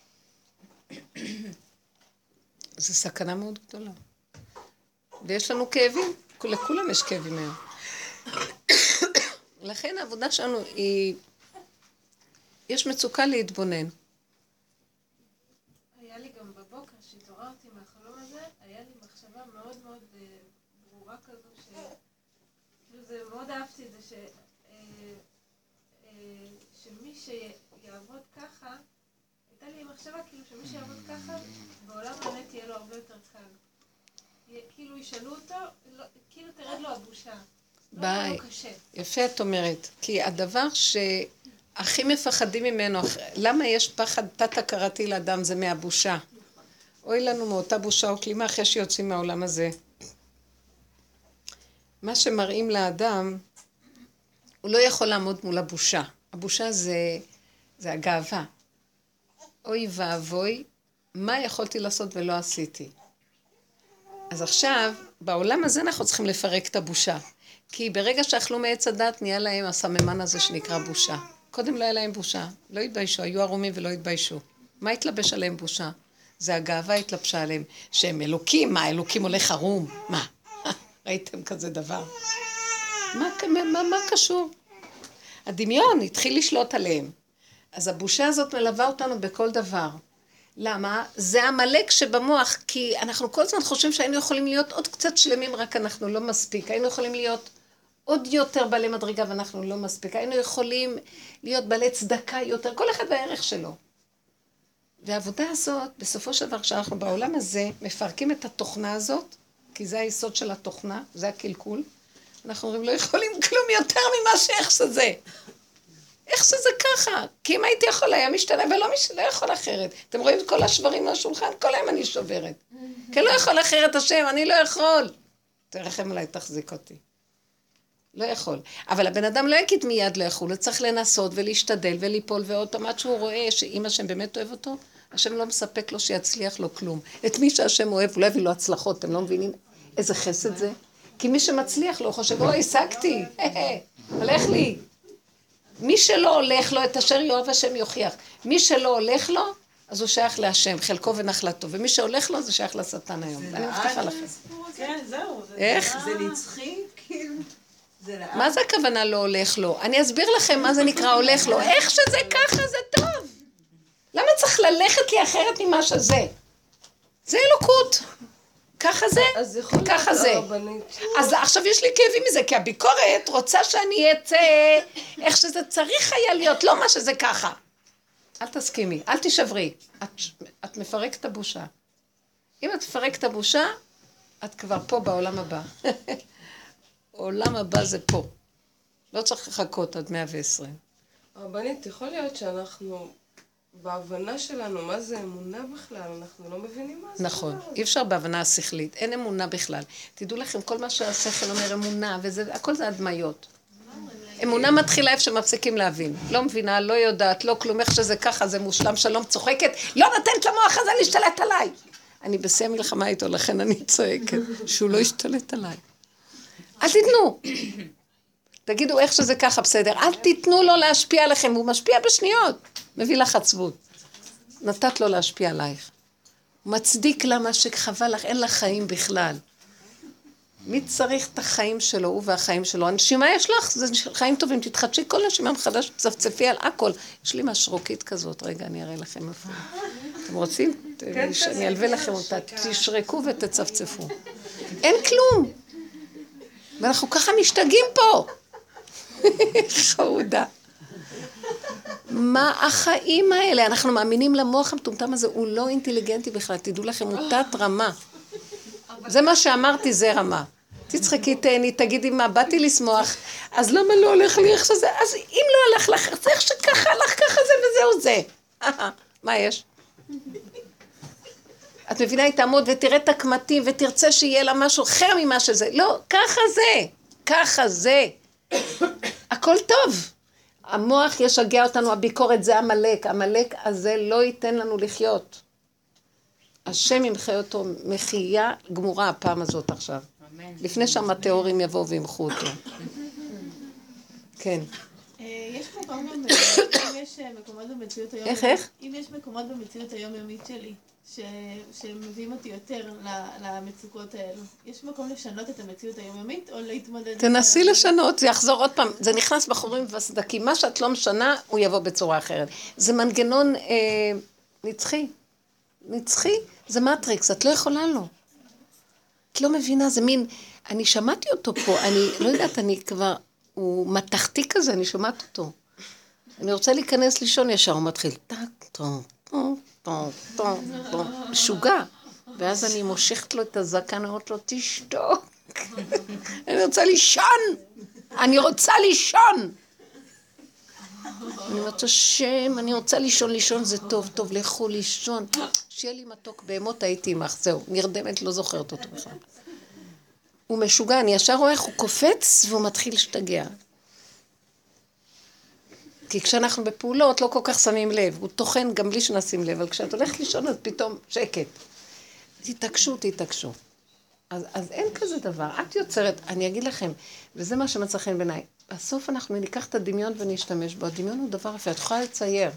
זו סכנה מאוד גדולה. ויש לנו כאבים, לכולם יש כאבים היום. לכן העבודה שלנו היא, יש מצוקה להתבונן. היה לי גם בבוקר, שהתעוררתי מהחלום הזה, היה לי מחשבה מאוד מאוד ברורה כזו, כאילו זה מאוד אהבתי את זה, שמי שיעבוד ככה, הייתה לי מחשבה כאילו שמי שיעבוד ככה, בעולם האמת יהיה לו הרבה יותר קל. כאילו ישאלו אותו, כאילו תרד לו הבושה. ביי. יפה את אומרת, כי הדבר שהכי מפחדים ממנו, למה יש פחד תת-הכרתי לאדם זה מהבושה. אוי לנו מאותה בושה או כלימה אחרי שיוצאים מהעולם הזה. מה שמראים לאדם, הוא לא יכול לעמוד מול הבושה. הבושה זה הגאווה. אוי ואבוי, מה יכולתי לעשות ולא עשיתי? אז עכשיו, בעולם הזה אנחנו צריכים לפרק את הבושה. כי ברגע שאכלו מעץ הדת, נהיה להם הסממן הזה שנקרא בושה. קודם לא היה להם בושה, לא התביישו, היו ערומים ולא התביישו. מה התלבש עליהם בושה? זה הגאווה התלבשה עליהם, שהם אלוקים, מה, אלוקים הולך ערום? מה? ראיתם כזה דבר? מה קשור? הדמיון התחיל לשלוט עליהם. אז הבושה הזאת מלווה אותנו בכל דבר. למה? זה המלאק שבמוח, כי אנחנו כל הזמן חושבים שהיינו יכולים להיות עוד קצת שלמים, רק אנחנו לא מספיק. היינו יכולים להיות עוד יותר בעלי מדרגה ואנחנו לא מספיק. היינו יכולים להיות בעלי צדקה יותר, כל אחד בערך שלו. והעבודה הזאת, בסופו של דבר, כשאנחנו בעולם הזה מפרקים את התוכנה הזאת, כי זה היסוד של התוכנה, זה הקלקול, אנחנו אומרים, לא יכולים כלום יותר ממה שאיך שזה. איך שזה ככה? כי אם הייתי יכול, היה משתנה, ולא יכול אחרת. אתם רואים את כל השברים מהשולחן? כל היום אני שוברת. כי לא יכול אחרת השם, אני לא יכול. תרחם עליי, תחזיק אותי. לא יכול. אבל הבן אדם לא יגיד מיד לא יכול, הוא צריך לנסות ולהשתדל וליפול ועוד פעם, עד שהוא רואה שאם השם באמת אוהב אותו, השם לא מספק לו שיצליח לו כלום. את מי שהשם אוהב, הוא לא יביא לו הצלחות, אתם לא מבינים איזה חסד זה? כי מי שמצליח לו, הוא חושב, אוי, השגתי, הולך לי. מי שלא הולך לו, את אשר יאהב השם יוכיח. מי שלא הולך לו, אז הוא שייך להשם, חלקו ונחלתו, ומי שהולך לו, זה שייך לשטן היום. אני מבטיחה לכם. כן, זהו. איך? זה נצחי, כאילו. מה זה הכוונה לא הולך לו? אני אסביר לכם מה זה נקרא הולך לו. איך שזה ככה זה טוב. למה צריך ללכת לי אחרת ממה שזה? זה אלוקות. ככה זה, ככה זה. אז עכשיו יש לי כאבים מזה, כי הביקורת רוצה שאני אצא איך שזה צריך היה להיות, לא מה שזה ככה. אל תסכימי, אל תשברי. את מפרקת את הבושה. אם את מפרקת את הבושה, את כבר פה בעולם הבא. העולם הבא זה פה. לא צריך לחכות עד 120. רבנית, יכול להיות שאנחנו, בהבנה שלנו, מה זה אמונה בכלל, אנחנו לא מבינים מה זה. נכון, אי אפשר בהבנה השכלית, אין אמונה בכלל. תדעו לכם, כל מה שהשכל אומר אמונה, הכל זה הדמיות. אמונה מתחילה איפה שמפסיקים להבין. לא מבינה, לא יודעת, לא כלום, איך שזה ככה, זה מושלם, שלום, צוחקת, לא נותנת למוח הזה להשתלט עליי. אני בשיא המלחמה איתו, לכן אני צועקת, שהוא לא ישתלט עליי. אל תיתנו. תגידו איך שזה ככה, בסדר. אל תיתנו לו להשפיע עליכם, הוא משפיע בשניות. מביא לך עצבות. נתת לו להשפיע עלייך. מצדיק למה שחווה לך, אין לך חיים בכלל. מי צריך את החיים שלו, הוא והחיים שלו? הנשימה יש לך, זה חיים טובים, תתחדשי כל נשימה מחדש, תצפצפי על הכל. יש לי משרוקית כזאת, רגע, אני אראה לכם איפה. אתם רוצים? אני אלווה לכם אותה, תשרקו ותצפצפו. אין כלום. ואנחנו ככה משתגעים פה. חרודה. מה החיים האלה? אנחנו מאמינים למוח המטומטם הזה, הוא לא אינטליגנטי בכלל, תדעו לכם, הוא תת רמה. זה מה שאמרתי, זה רמה. תצחקי, תהני, תגידי מה, באתי לשמוח, אז למה לא הולך לי איך שזה? אז אם לא הלך לך, אז איך שככה הלך ככה זה וזהו זה. מה יש? את מבינה, היא תעמוד ותראה את הקמטים ותרצה שיהיה לה משהו אחר ממה שזה. לא, ככה זה. ככה זה. הכל טוב. המוח ישגע אותנו, הביקורת זה המלאק. המלאק הזה לא ייתן לנו לחיות. השם ימחה אותו מחייה גמורה הפעם הזאת עכשיו. לפני שהמטאורים יבואו וימחו אותו. כן. יש מקום גם, אם יש מקומות במציאות היום... איך? אם יש מקומות במציאות היומיומית שלי, שמביאים אותי יותר למצוקות האלו, יש מקום לשנות את המציאות היומיומית או להתמודד... תנסי לשנות, זה יחזור עוד פעם. זה נכנס בחורים וסדקים. מה שאת לא משנה, הוא יבוא בצורה אחרת. זה מנגנון נצחי. נצחי, זה מטריקס, את לא יכולה לו. את לא מבינה, זה מין... אני שמעתי אותו פה, אני לא יודעת, אני כבר... הוא מתחתי כזה, אני שומעת אותו. אני רוצה להיכנס לישון ישר, הוא מתחיל, טק, טוק, טוק, טוק, טוק, טוק, משוגע. ואז אני מושכת לו את הזקן, אומרת לו, תשתוק. אני רוצה לישון! אני רוצה לישון! אני אומרת, השם, אני רוצה לישון זה טוב, טוב, לכו לישון. שיהיה לי מתוק בהמות, הייתי עמך, זהו, נרדמת, לא זוכרת אותו בכלל. הוא משוגע, אני ישר רואה איך הוא קופץ והוא מתחיל להשתגע. כי כשאנחנו בפעולות לא כל כך שמים לב, הוא תוכן גם בלי שנשים לב, אבל כשאת הולכת לישון אז פתאום שקט. תתעקשו. אז אין כזה דבר. את יוצרת, אני אגיד לכם, וזה מה שמצא חן בעיניי. בסוף אנחנו ניקח את הדמיון ונשתמש בו. הדמיון הוא דבר יפה, את יכולה לצייר.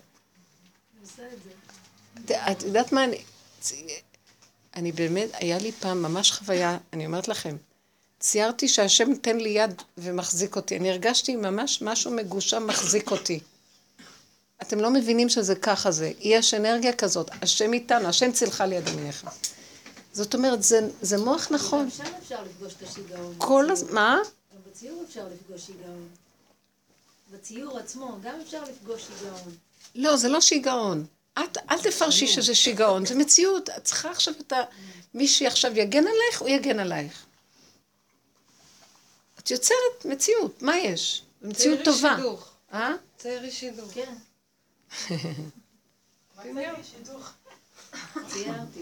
את יודעת מה אני באמת, היה לי פעם ממש חוויה, אני אומרת לכם, ציירתי שהשם נותן לי יד ומחזיק אותי. אני הרגשתי ממש משהו מגושם מחזיק אותי. אתם לא מבינים שזה ככה זה. יש אנרגיה כזאת, השם איתנו, השם צילחה ליד עיניך. זאת אומרת, זה מוח נכון. גם שם אפשר לפגוש את השיגעון. כל הזמן, מה? גם בציור אפשר לפגוש שיגעון. בציור עצמו גם אפשר לפגוש שיגעון. לא, זה לא שיגעון. אל תפרשי שזה שיגעון, זה מציאות. את צריכה עכשיו מישהי עכשיו יגן עלייך, הוא יגן עלייך. את יוצרת מציאות, מה יש? מציאות טובה. ציירי שידוך. כן. ציירתי.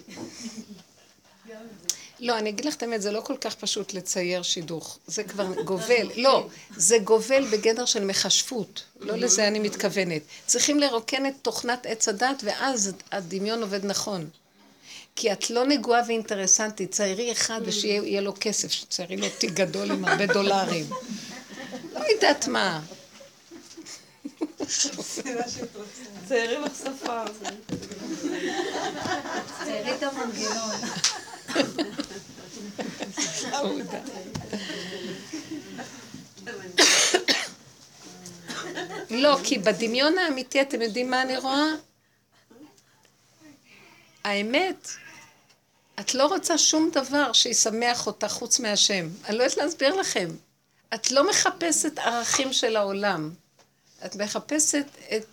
לא, אני אגיד לך את האמת, זה לא כל כך פשוט לצייר שידוך. זה כבר גובל. לא, זה גובל בגדר של מחשבות. לא לזה אני מתכוונת. צריכים לרוקן את תוכנת עץ הדת, ואז הדמיון עובד נכון. כי את לא נגועה ואינטרסנטית. ציירי אחד ושיהיה לו כסף, שציירי לו תיק גדול עם הרבה דולרים. לא יודעת מה. ציירי לך שפה. ציירי את המנגנון. לא, כי בדמיון האמיתי, אתם יודעים מה אני רואה? האמת, את לא רוצה שום דבר שישמח אותה חוץ מהשם. אני לא יודעת להסביר לכם. את לא מחפשת ערכים של העולם. את מחפשת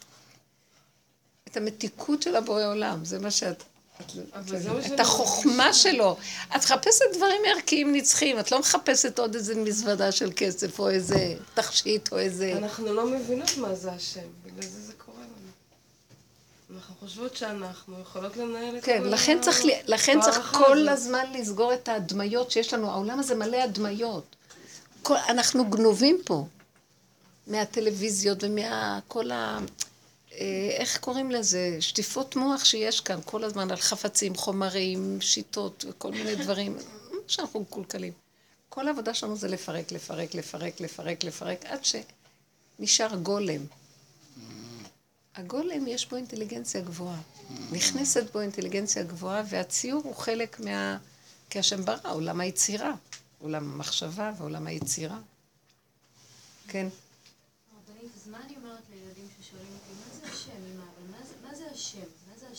את המתיקות של הבורא עולם. זה מה שאת... את החוכמה שלו. את מחפשת דברים ערכיים נצחיים. את לא מחפשת עוד איזה מזוודה של כסף או איזה תכשיט או איזה... אנחנו לא מבינות מה זה השם. בגלל זה קורה לנו. אנחנו חושבות שאנחנו יכולות לנהל את כל... כן, לכן צריך כל הזמן לסגור את ההדמיות שיש לנו. העולם הזה מלא הדמיות. אנחנו גנובים פה. מהטלוויזיות ומכל ה... איך קוראים לזה? שטיפות מוח שיש כאן כל הזמן על חפצים, חומרים, שיטות וכל מיני דברים. שאנחנו מקולקלים. כל העבודה שלנו זה לפרק, לפרק, לפרק, לפרק, לפרק, עד שנשאר גולם. הגולם יש בו אינטליגנציה גבוהה. נכנסת בו אינטליגנציה גבוהה, והציור הוא חלק כי השם ברא, עולם היצירה. עולם המחשבה ועולם היצירה. כן. אז מה אני אומרת לילדים ששואלים אותי, מה זה השם, אמא? אבל מה זה השם? מה זה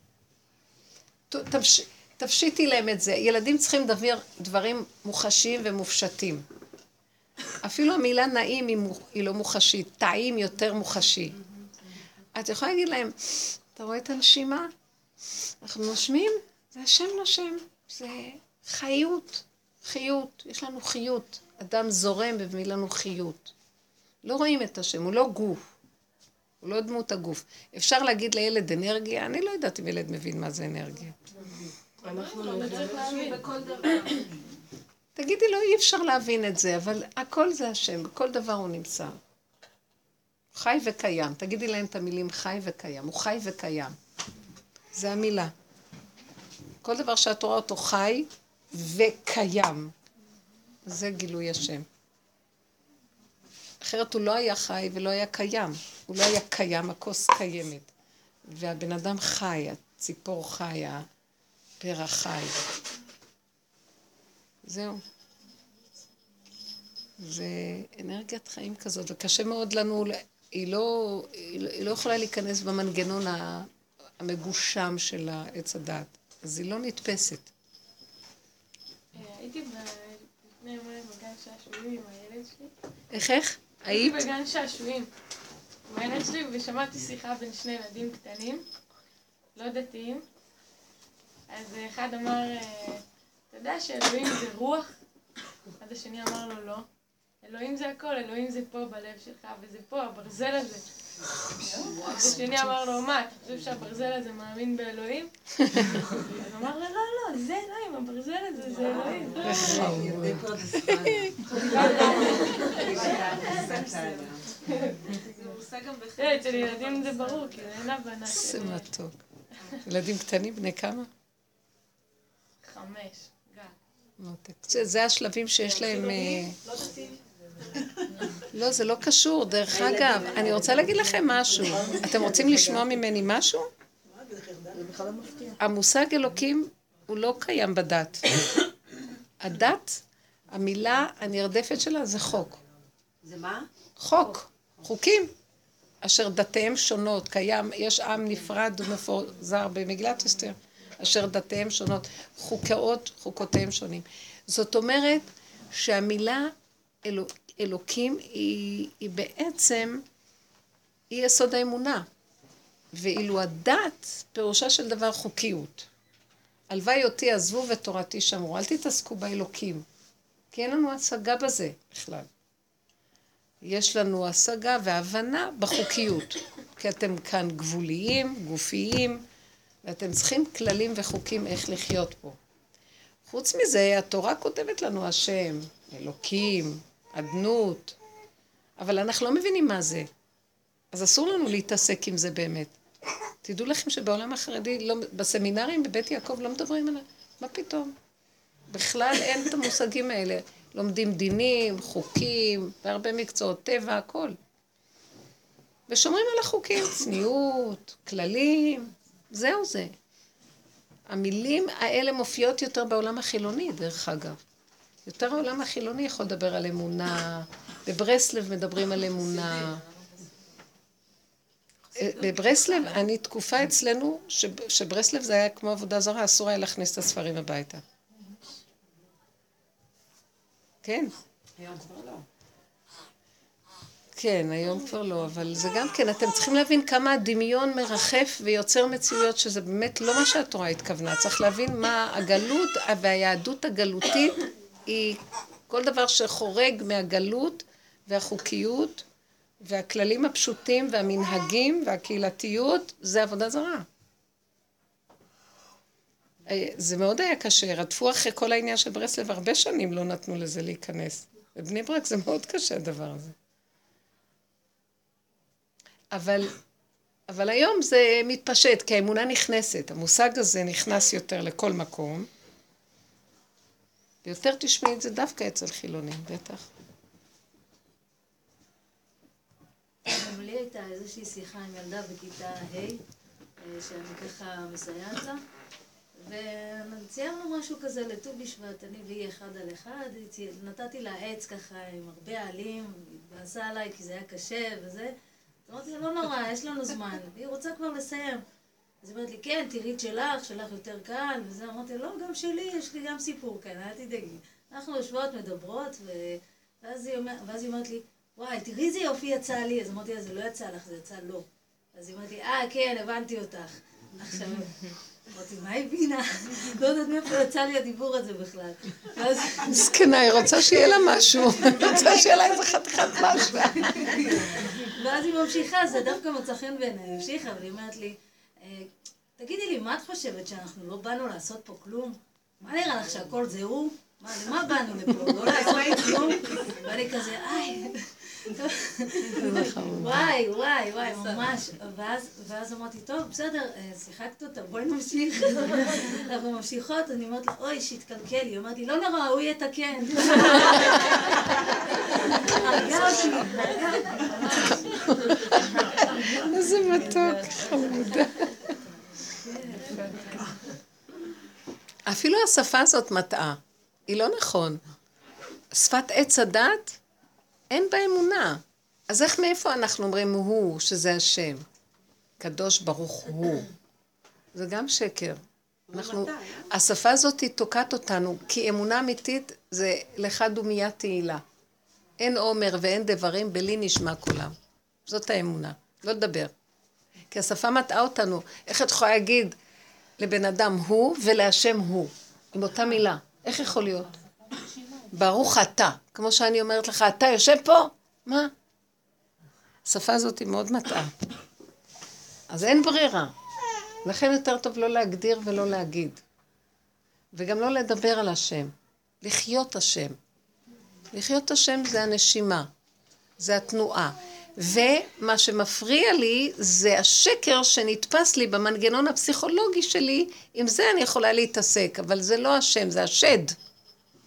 השם? תפשיטי להם את זה. ילדים צריכים דברים מוחשיים ומופשטים. אפילו המילה נעים היא לא מוחשית, טעים יותר מוחשי. את יכולה להגיד להם, אתה רואה את הנשימה? אנחנו נושמים, זה השם נושם, זה חיות, חיות, יש לנו חיות. אדם זורם ומביא לנו חיות. לא רואים את השם, הוא לא גוף. הוא לא דמות הגוף. אפשר להגיד לילד אנרגיה? אני לא יודעת אם ילד מבין מה זה אנרגיה. אנחנו לא להבין בכל דבר. תגידי לו, אי אפשר להבין את זה, אבל הכל זה השם, בכל דבר הוא נמצא. חי וקיים. תגידי להם את המילים חי וקיים. הוא חי וקיים. זה המילה. כל דבר שאת רואה אותו חי וקיים. זה גילוי השם. אחרת הוא לא היה חי ולא היה קיים. הוא לא היה קיים, הכוס קיימת. והבן אדם חי, הציפור חי, הפרח חי. זהו. זה אנרגיית חיים כזאת, וקשה מאוד לנו, היא לא יכולה להיכנס במנגנון המגושם של עץ הדת. אז היא לא נתפסת. הייתי לפני יומיים בגן שעשועים עם הילד שלי. איך? היית? הייתי בגן שעשועים עם הילד שלי ושמעתי שיחה בין שני ילדים קטנים, לא דתיים. אז אחד אמר, אתה יודע שאלוהים זה רוח? אז השני אמר לו לא. אלוהים זה הכל, אלוהים זה פה בלב שלך, וזה פה, הברזל הזה. אז השני אמר לו, מה, אתה חושב שהברזל הזה מאמין באלוהים? אז הוא אמר לו, לא, לא, זה אלוהים, הברזל הזה זה אלוהים. אצל ילדים זה ברור, כי אין הבנה של... זה מתוק. ילדים קטנים, בני כמה? 5, גל. זה השלבים שיש להם... לא, זה לא קשור. דרך אגב, אני רוצה להגיד לכם משהו. אתם רוצים לשמוע ממני משהו? המושג אלוקים הוא לא קיים בדת. הדת, המילה הנרדפת שלה זה חוק. זה מה? חוק, חוקים. אשר דתיהם שונות, קיים, יש עם נפרד ומפוזר במגילת אסתר, אשר דתיהם שונות, חוקותיהם שונים. זאת אומרת שהמילה אלוקים היא בעצם, היא יסוד האמונה. ואילו הדת, פירושה של דבר חוקיות. הלוואי אותי עזבו ותורתי שמרו, אל תתעסקו באלוקים, כי אין לנו השגה בזה בכלל. יש לנו השגה והבנה בחוקיות, כי אתם כאן גבוליים, גופיים, ואתם צריכים כללים וחוקים איך לחיות פה. חוץ מזה, התורה כותבת לנו השם, אלוקים, אדנות, אבל אנחנו לא מבינים מה זה. אז אסור לנו להתעסק עם זה באמת. תדעו לכם שבעולם החרדי, לא, בסמינרים בבית יעקב לא מדברים עליו. מה פתאום? בכלל אין את המושגים האלה. לומדים דינים, חוקים, והרבה מקצועות טבע, הכל. ושומרים על החוקים, צניעות, כללים, זהו זה. המילים האלה מופיעות יותר בעולם החילוני, דרך אגב. יותר העולם החילוני יכול לדבר על אמונה, בברסלב מדברים על אמונה. בברסלב, אני תקופה אצלנו, שברסלב זה היה כמו עבודה זרה, אסור היה להכניס את הספרים הביתה. כן. היום כבר לא. כן, היום כבר לא, אבל זה גם כן, אתם צריכים להבין כמה הדמיון מרחף ויוצר מציאויות, שזה באמת לא מה שהתורה התכוונה. צריך להבין מה הגלות והיהדות הגלותית היא כל דבר שחורג מהגלות והחוקיות והכללים הפשוטים והמנהגים והקהילתיות, זה עבודה זרה. זה מאוד היה קשה, רדפו אחרי כל העניין של ברסלב, הרבה שנים לא נתנו לזה להיכנס. בבני ברק זה מאוד קשה הדבר הזה. אבל היום זה מתפשט, כי האמונה נכנסת, המושג הזה נכנס יותר לכל מקום, ויותר תשמעי את זה דווקא אצל חילונים, בטח. גם לי הייתה איזושהי שיחה עם ילדה בכיתה ה' שאני ככה מסייעת לה, וציירנו משהו כזה לט"ו בשבט, אני והיא אחד על אחד, נתתי לה עץ ככה עם הרבה עלים, התבאסה עליי כי זה היה קשה וזה, אמרתי לה, לא נורא, יש לנו זמן, והיא רוצה כבר לסיים. אז היא אומרת לי, כן, תראי את שלך יותר קל, וזה, אמרתי, לא, גם שלי, יש לי גם סיפור כאן, אל תדאגי. אנחנו יושבות, מדברות, ואז היא אומרת לי, וואי, תראי איזה יופי יצא לי. אז אמרתי לה, זה לא יצא לך, זה יצא לא. אז היא אומרת לי, כן, הבנתי אותך. עכשיו, אמרתי, מה היא בינה? לא יודעת מאיפה יצא לי הדיבור הזה בכלל. מסכנה, היא רוצה שיהיה לה משהו. היא רוצה שיהיה לה איזה חתיכת משהו. ואז היא ממשיכה, זה דווקא מצא חן בעיניי, היא המשיכה, אבל היא אומרת לי, תגידי לי, מה את חושבת, שאנחנו לא באנו לעשות פה כלום? מה נראה לך שהכל זה הוא? למה באנו לפה? לא לעשות כלום? ואני כזה, וואי, ממש. ואז אמרתי, טוב, בסדר, שיחקת אותה, בואי נמשיך. אנחנו ממשיכות, אני אומרת לה, אוי, שהתקלקל לי. היא אומרת לי, לא נורא, הוא יתקן. הרגע אותי. איזה מתוק, חמודה. אפילו השפה הזאת מטעה. היא לא נכון. שפת עץ הדת, אין בה אמונה. אז איך מאיפה אנחנו אומרים הוא, שזה השם? קדוש ברוך הוא. זה גם שקר. השפה הזאת היא תוקעת אותנו, כי אמונה אמיתית זה לך דומיה תהילה. אין עומר ואין דברים, בלי נשמע כולם. זאת האמונה, לא לדבר. כי השפה מטעה אותנו. איך את יכולה להגיד לבן אדם הוא ולהשם הוא, עם אותה מילה? איך יכול להיות? ברוך אתה, כמו שאני אומרת לך, אתה יושב פה? מה? השפה הזאת היא מאוד מטעה. אז אין ברירה. לכן יותר טוב לא להגדיר ולא להגיד. וגם לא לדבר על השם. לחיות השם. לחיות השם זה הנשימה. זה התנועה. ומה שמפריע לי זה השקר שנתפס לי במנגנון הפסיכולוגי שלי. עם זה אני יכולה להתעסק, אבל זה לא השם, זה השד.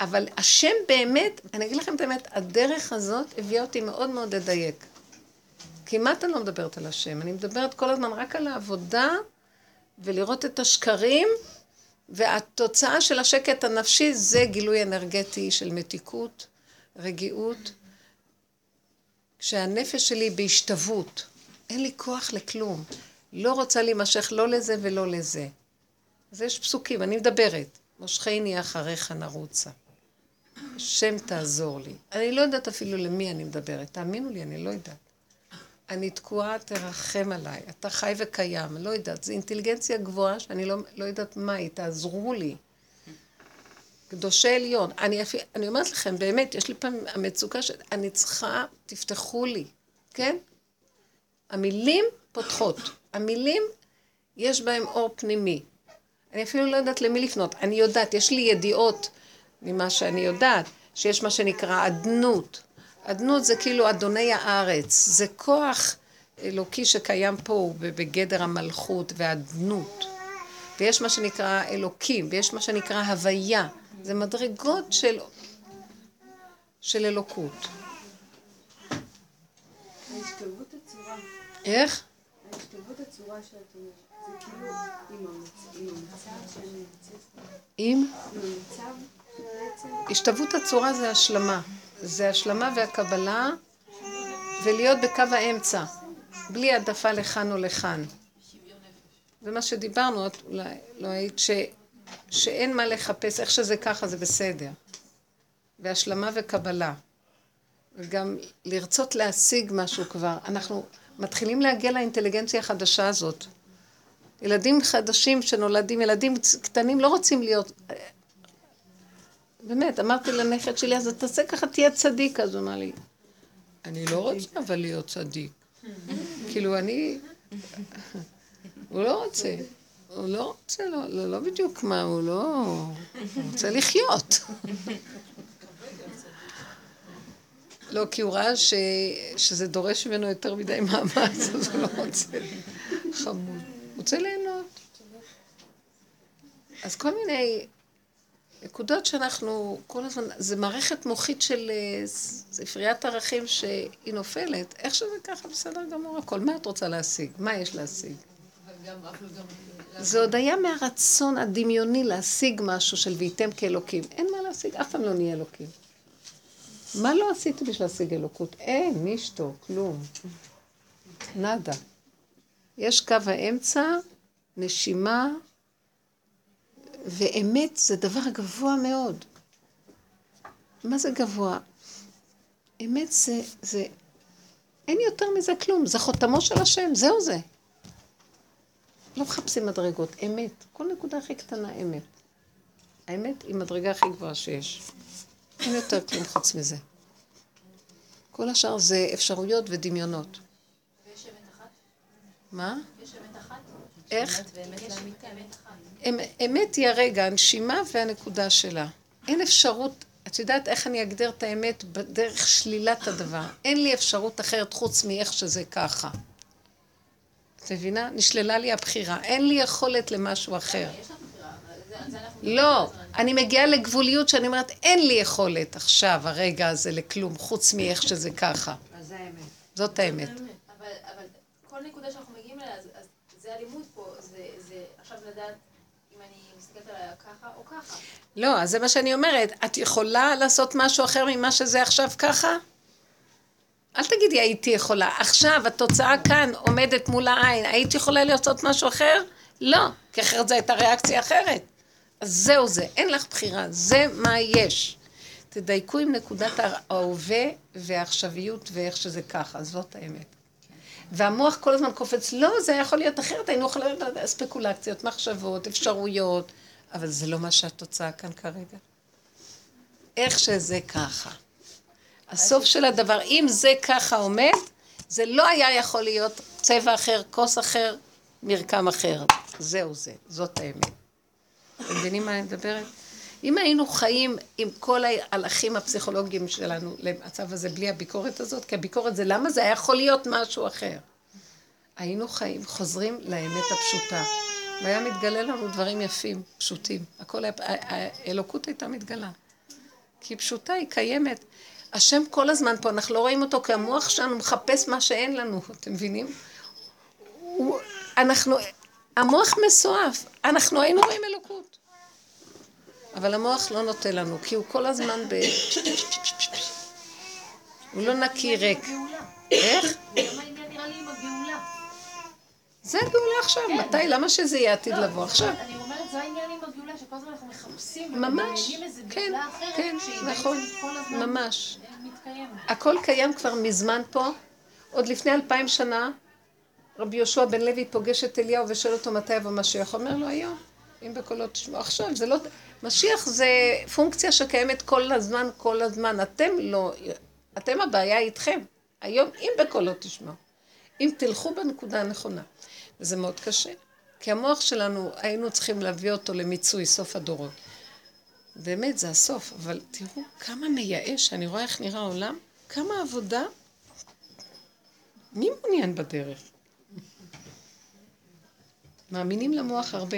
אבל השם באמת, אני אגיד לכם את האמת, הדרך הזאת הביאה אותי מאוד מאוד לדייק. כמעט אני לא מדברת על השם, אני מדברת כל הזמן רק על העבודה, ולראות את השקרים, והתוצאה של השקט הנפשי זה גילוי אנרגטי של מתיקות, רגיעות, כשהנפש שלי בהשתוות, אין לי כוח לכלום, לא רוצה להימשך לא לזה ולא לזה. אז יש פסוקים, אני מדברת, מושכני אחריך נרוצה. השם תעזור לי. אני לא יודעת אפילו למי אני מדברת, תאמינו לי, אני לא יודעת. אני תקועה, תרחם עליי, אתה חי וקיים, לא יודעת, זו אינטליגנציה גבוהה שאני לא יודעת מה היא, תעזרו לי. קדושי עליון, אני אומרת לכם, באמת, יש לי פעם המצוקה שאני צריכה, תפתחו לי, כן? המילים פותחות, המילים יש בהם אור פנימי. אני אפילו לא יודעת למי לפנות, אני יודעת, יש לי ידיעות ממה שאני יודעת, שיש מה שנקרא עדנות. עדנות זה כאילו אדוני הארץ, זה כוח אלוקי שקיים פה בגדר המלכות והעדנות. ויש מה שנקרא אלוקים, ויש מה שנקרא הוויה. זה מדרגות של אלוקות. ההשתלבות הצורה. איך? ההשתלבות הצורה שאת אומרת, זה כאילו עם המצב שאני נמצאת. עם? עם המצב בעצם. השתלבות הצורה זה השלמה. זה השלמה והקבלה, ולהיות בקו האמצע. בלי העדפה לכאן או לכאן. זה מה שדיברנו, את אולי לא היית, שאין מה לחפש, איך שזה ככה זה בסדר. והשלמה וקבלה. וגם לרצות להשיג משהו כבר. אנחנו מתחילים להגיע לאינטליגנציה החדשה הזאת. ילדים חדשים שנולדים, ילדים קטנים לא רוצים להיות... באמת, אמרתי לנכד שלי, אז תעשה ככה, תהיה צדיק. אז הוא אמר לי, אני לא רוצה אבל להיות צדיק. כאילו אני... הוא לא רוצה. הוא לא רוצה, לא בדיוק מה, הוא לא... הוא רוצה לחיות. לא, כי הוא ראה שזה דורש ממנו יותר מדי מאמץ, אז הוא לא רוצה. חמוד. הוא רוצה ליהנות. אז כל מיני נקודות שאנחנו כל הזמן, זה מערכת מוחית של ספריית ערכים שהיא נופלת. איך שזה ככה בסדר גמור הכל. מה את רוצה להשיג? מה יש להשיג? זה עוד היה מהרצון הדמיוני להשיג משהו של ויתם כאלוקים. אין מה להשיג, אף פעם לא נהיה אלוקים. מה לא עשיתי בשביל להשיג אלוקות? אין, נשתו, כלום. נדה. יש קו האמצע, נשימה, ואמת זה דבר גבוה מאוד. מה זה גבוה? אמת זה... אין יותר מזה כלום, זה חותמו של השם, זהו זה. לא מחפשים מדרגות, אמת. כל נקודה הכי קטנה אמת. האמת היא מדרגה הכי גבוהה שיש. אין יותר כלום חוץ מזה. כל השאר זה אפשרויות ודמיונות. ויש אמת אחת? מה? יש אמת אחת? איך? יש אמת אחת. אמת היא הרגע, הנשימה והנקודה שלה. אין אפשרות, את יודעת איך אני אגדיר את האמת בדרך שלילת הדבר. אין לי אפשרות אחרת חוץ מאיך שזה ככה. את מבינה? נשללה לי הבחירה. אין לי יכולת למשהו אחר. יש לך בחירה, אבל זה אנחנו... לא, אני מגיעה לגבוליות שאני אומרת, אין לי יכולת עכשיו, הרגע הזה, לכלום, חוץ מאיך שזה ככה. אז זה האמת. זאת האמת. אבל כל נקודה שאנחנו מגיעים אליה, אז זה הלימוד פה, זה עכשיו לדעת אם אני מסתכלת עליה ככה או ככה. לא, אז זה מה שאני אומרת, את יכולה לעשות משהו אחר ממה שזה עכשיו ככה? אל תגידי הייתי יכולה, עכשיו התוצאה כאן עומדת מול העין, הייתי יכולה לעשות משהו אחר? לא, כי אחרת זו הייתה ריאקציה אחרת. אז זהו זה, אין לך בחירה, זה מה יש. תדייקו עם נקודת ההווה והעכשוויות ואיך שזה ככה, זאת האמת. והמוח כל הזמן קופץ, לא, זה יכול להיות אחרת, היינו יכולים לדעת ספקולציות, מחשבות, אפשרויות, אבל זה לא מה שהתוצאה כאן כרגע. איך שזה ככה. הסוף של הדבר, אם זה ככה עומד, זה לא היה יכול להיות צבע אחר, כוס אחר, מרקם אחר. זהו זה, זאת האמת. אתם מבינים מה אני מדברת? אם היינו חיים עם כל ההלכים הפסיכולוגיים שלנו למצב הזה בלי הביקורת הזאת, כי הביקורת זה למה זה היה יכול להיות משהו אחר. היינו חיים, חוזרים לאמת הפשוטה. והיה מתגלה לנו דברים יפים, פשוטים. הכל, האלוקות הייתה מתגלה. כי היא פשוטה, היא קיימת. השם כל הזמן פה, אנחנו לא רואים אותו, כי המוח שלנו מחפש מה שאין לנו, אתם מבינים? המוח מסועף, אנחנו היינו רואים אלוקות. אבל המוח לא נוטה לנו, כי הוא כל הזמן הוא לא נקי ריק. איך? למה העניין נראה לי עם הגאולה? זה הגאולה עכשיו, מתי? למה שזה יהיה עתיד לבוא עכשיו? אני אומרת, זה העניין עם הגאולה, שכל הזמן אנחנו מחפשים ממש, ומדמיינים איזה כן, גאולה אחרת, כן, שהיא נכון, בעצם כל הזמן ממש. מתקיימת. הכל קיים כבר מזמן פה, עוד לפני 2000 שנה, רבי יהושע בן לוי פוגש את אליהו ושואל אותו מתי יבוא משיח, אומר לו היום, אם בקולות תשמעו עכשיו, זה לא, משיח זה פונקציה שקיימת כל הזמן, כל הזמן, אתם הבעיה איתכם, היום אם בקולות תשמעו, אם תלכו בנקודה הנכונה, וזה מאוד קשה, כי המוח שלנו היינו צריכים להביא אותו למיצוי סוף הדורות, באמת זה הסוף, אבל תראו כמה מייאש, אני רואה איך נראה העולם, כמה עבודה, מי מעוניין בדרך? מאמינים למוח הרבה.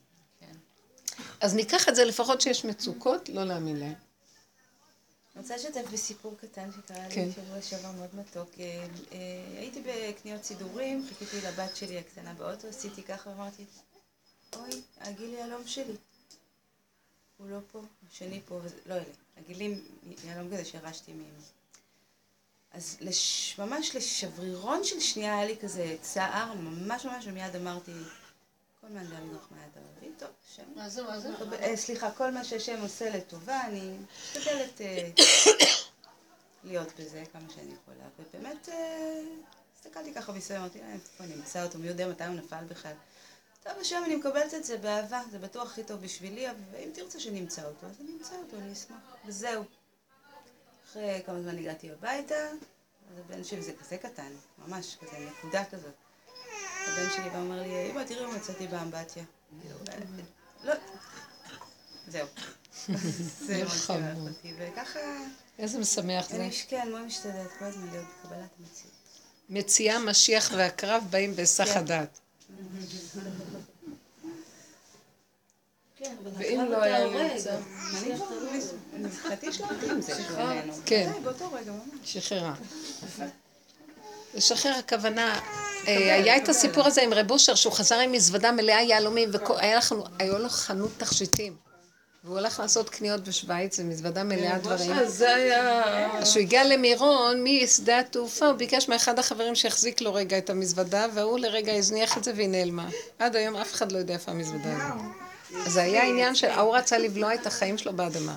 אז ניקח את זה לפחות שיש מצוקות, לא להאמין להם. אני רוצה לשתף בסיפור קטן שקרה לי שבוע שעבר מאוד מתוק. הייתי בקניות סידורים, חיכיתי לבת שלי הקטנה באוטו, עשיתי ככה ואמרתי, אוי, הגיל יהלום שלי. הוא לא פה, השני פה, לא אלה. הגילים יהלום כזה שירשתי מאמא. אז ממש לשברירון של שנייה היה לי כזה צער, ממש ומיד אמרתי, כל מה נדע לדוח מה יד ערבי, טוב, השם. מה זה? סליחה, כל מה שהשם עושה לטובה, אני משתדלת להיות בזה כמה שאני יכולה. ובאמת, הסתכלתי ככה בישראל, אמרתי, איפה אני אמצא אותו, מי יודע מתי הוא נפל בכלל. טוב, השם, אני מקבלת את זה באהבה, זה בטוח הכי טוב בשבילי, ואם תרצה שנמצא אותו, אז אני אמצא אותו, אני אשמח. וזהו. אחרי כמה זמן הגעתי הביתה, אז הבן שלי זה כזה קטן, ממש כזה, נקודה כזאת. הבן שלי בא אומר לי, אמא, תראי, מצאתי באמבטיה. לא, זהו. זה מאוד שימח אותי, וככה... איזה משמח זה. כן, מאוד משתדלת, כל הזמן להיות בקבלת המציאות. מציאה, משיח והקרב באים בהיסח הדעת. ואם לא היה נמצא. אני מבחינתי שלמתי עם זה שהוא איננו. כן. באותו רגע, ממש. שחררה. לשחרר הכוונה, היה את הסיפור הזה עם רב אושר, שהוא חזר עם מזוודה מלאה יהלומים, והיו לו חנות תכשיטים, והוא הלך לעשות קניות בשוויץ, ומזוודה מלאה דברים. זה היה... אז שהוא הגיע למירון, משדה התעופה, הוא ביקש מאחד החברים שיחזיק לו רגע את המזוודה, והוא לרגע הזניח את זה והיא נעלמה. עד היום אף אחד לא יודע איפה המזוודה הזאת. אז זה היה העניין שהוא רצה לבלוע את החיים שלו באדמה.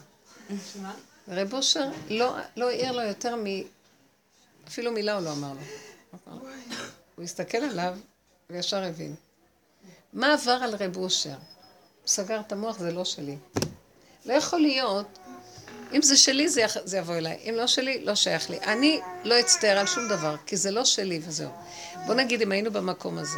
רב אושר לא העיר לו יותר אפילו מילה הוא לא אמר לו. הוא הסתכל עליו וישר הבין. מה עבר על רב אושר? הוא סגר את המוח, זה לא שלי. לא יכול להיות, אם זה שלי זה יבוא אליי, אם לא שלי, לא שייך לי. אני לא אצטער על שום דבר, כי זה לא שלי וזהו. בוא נגיד אם היינו במקום הזה.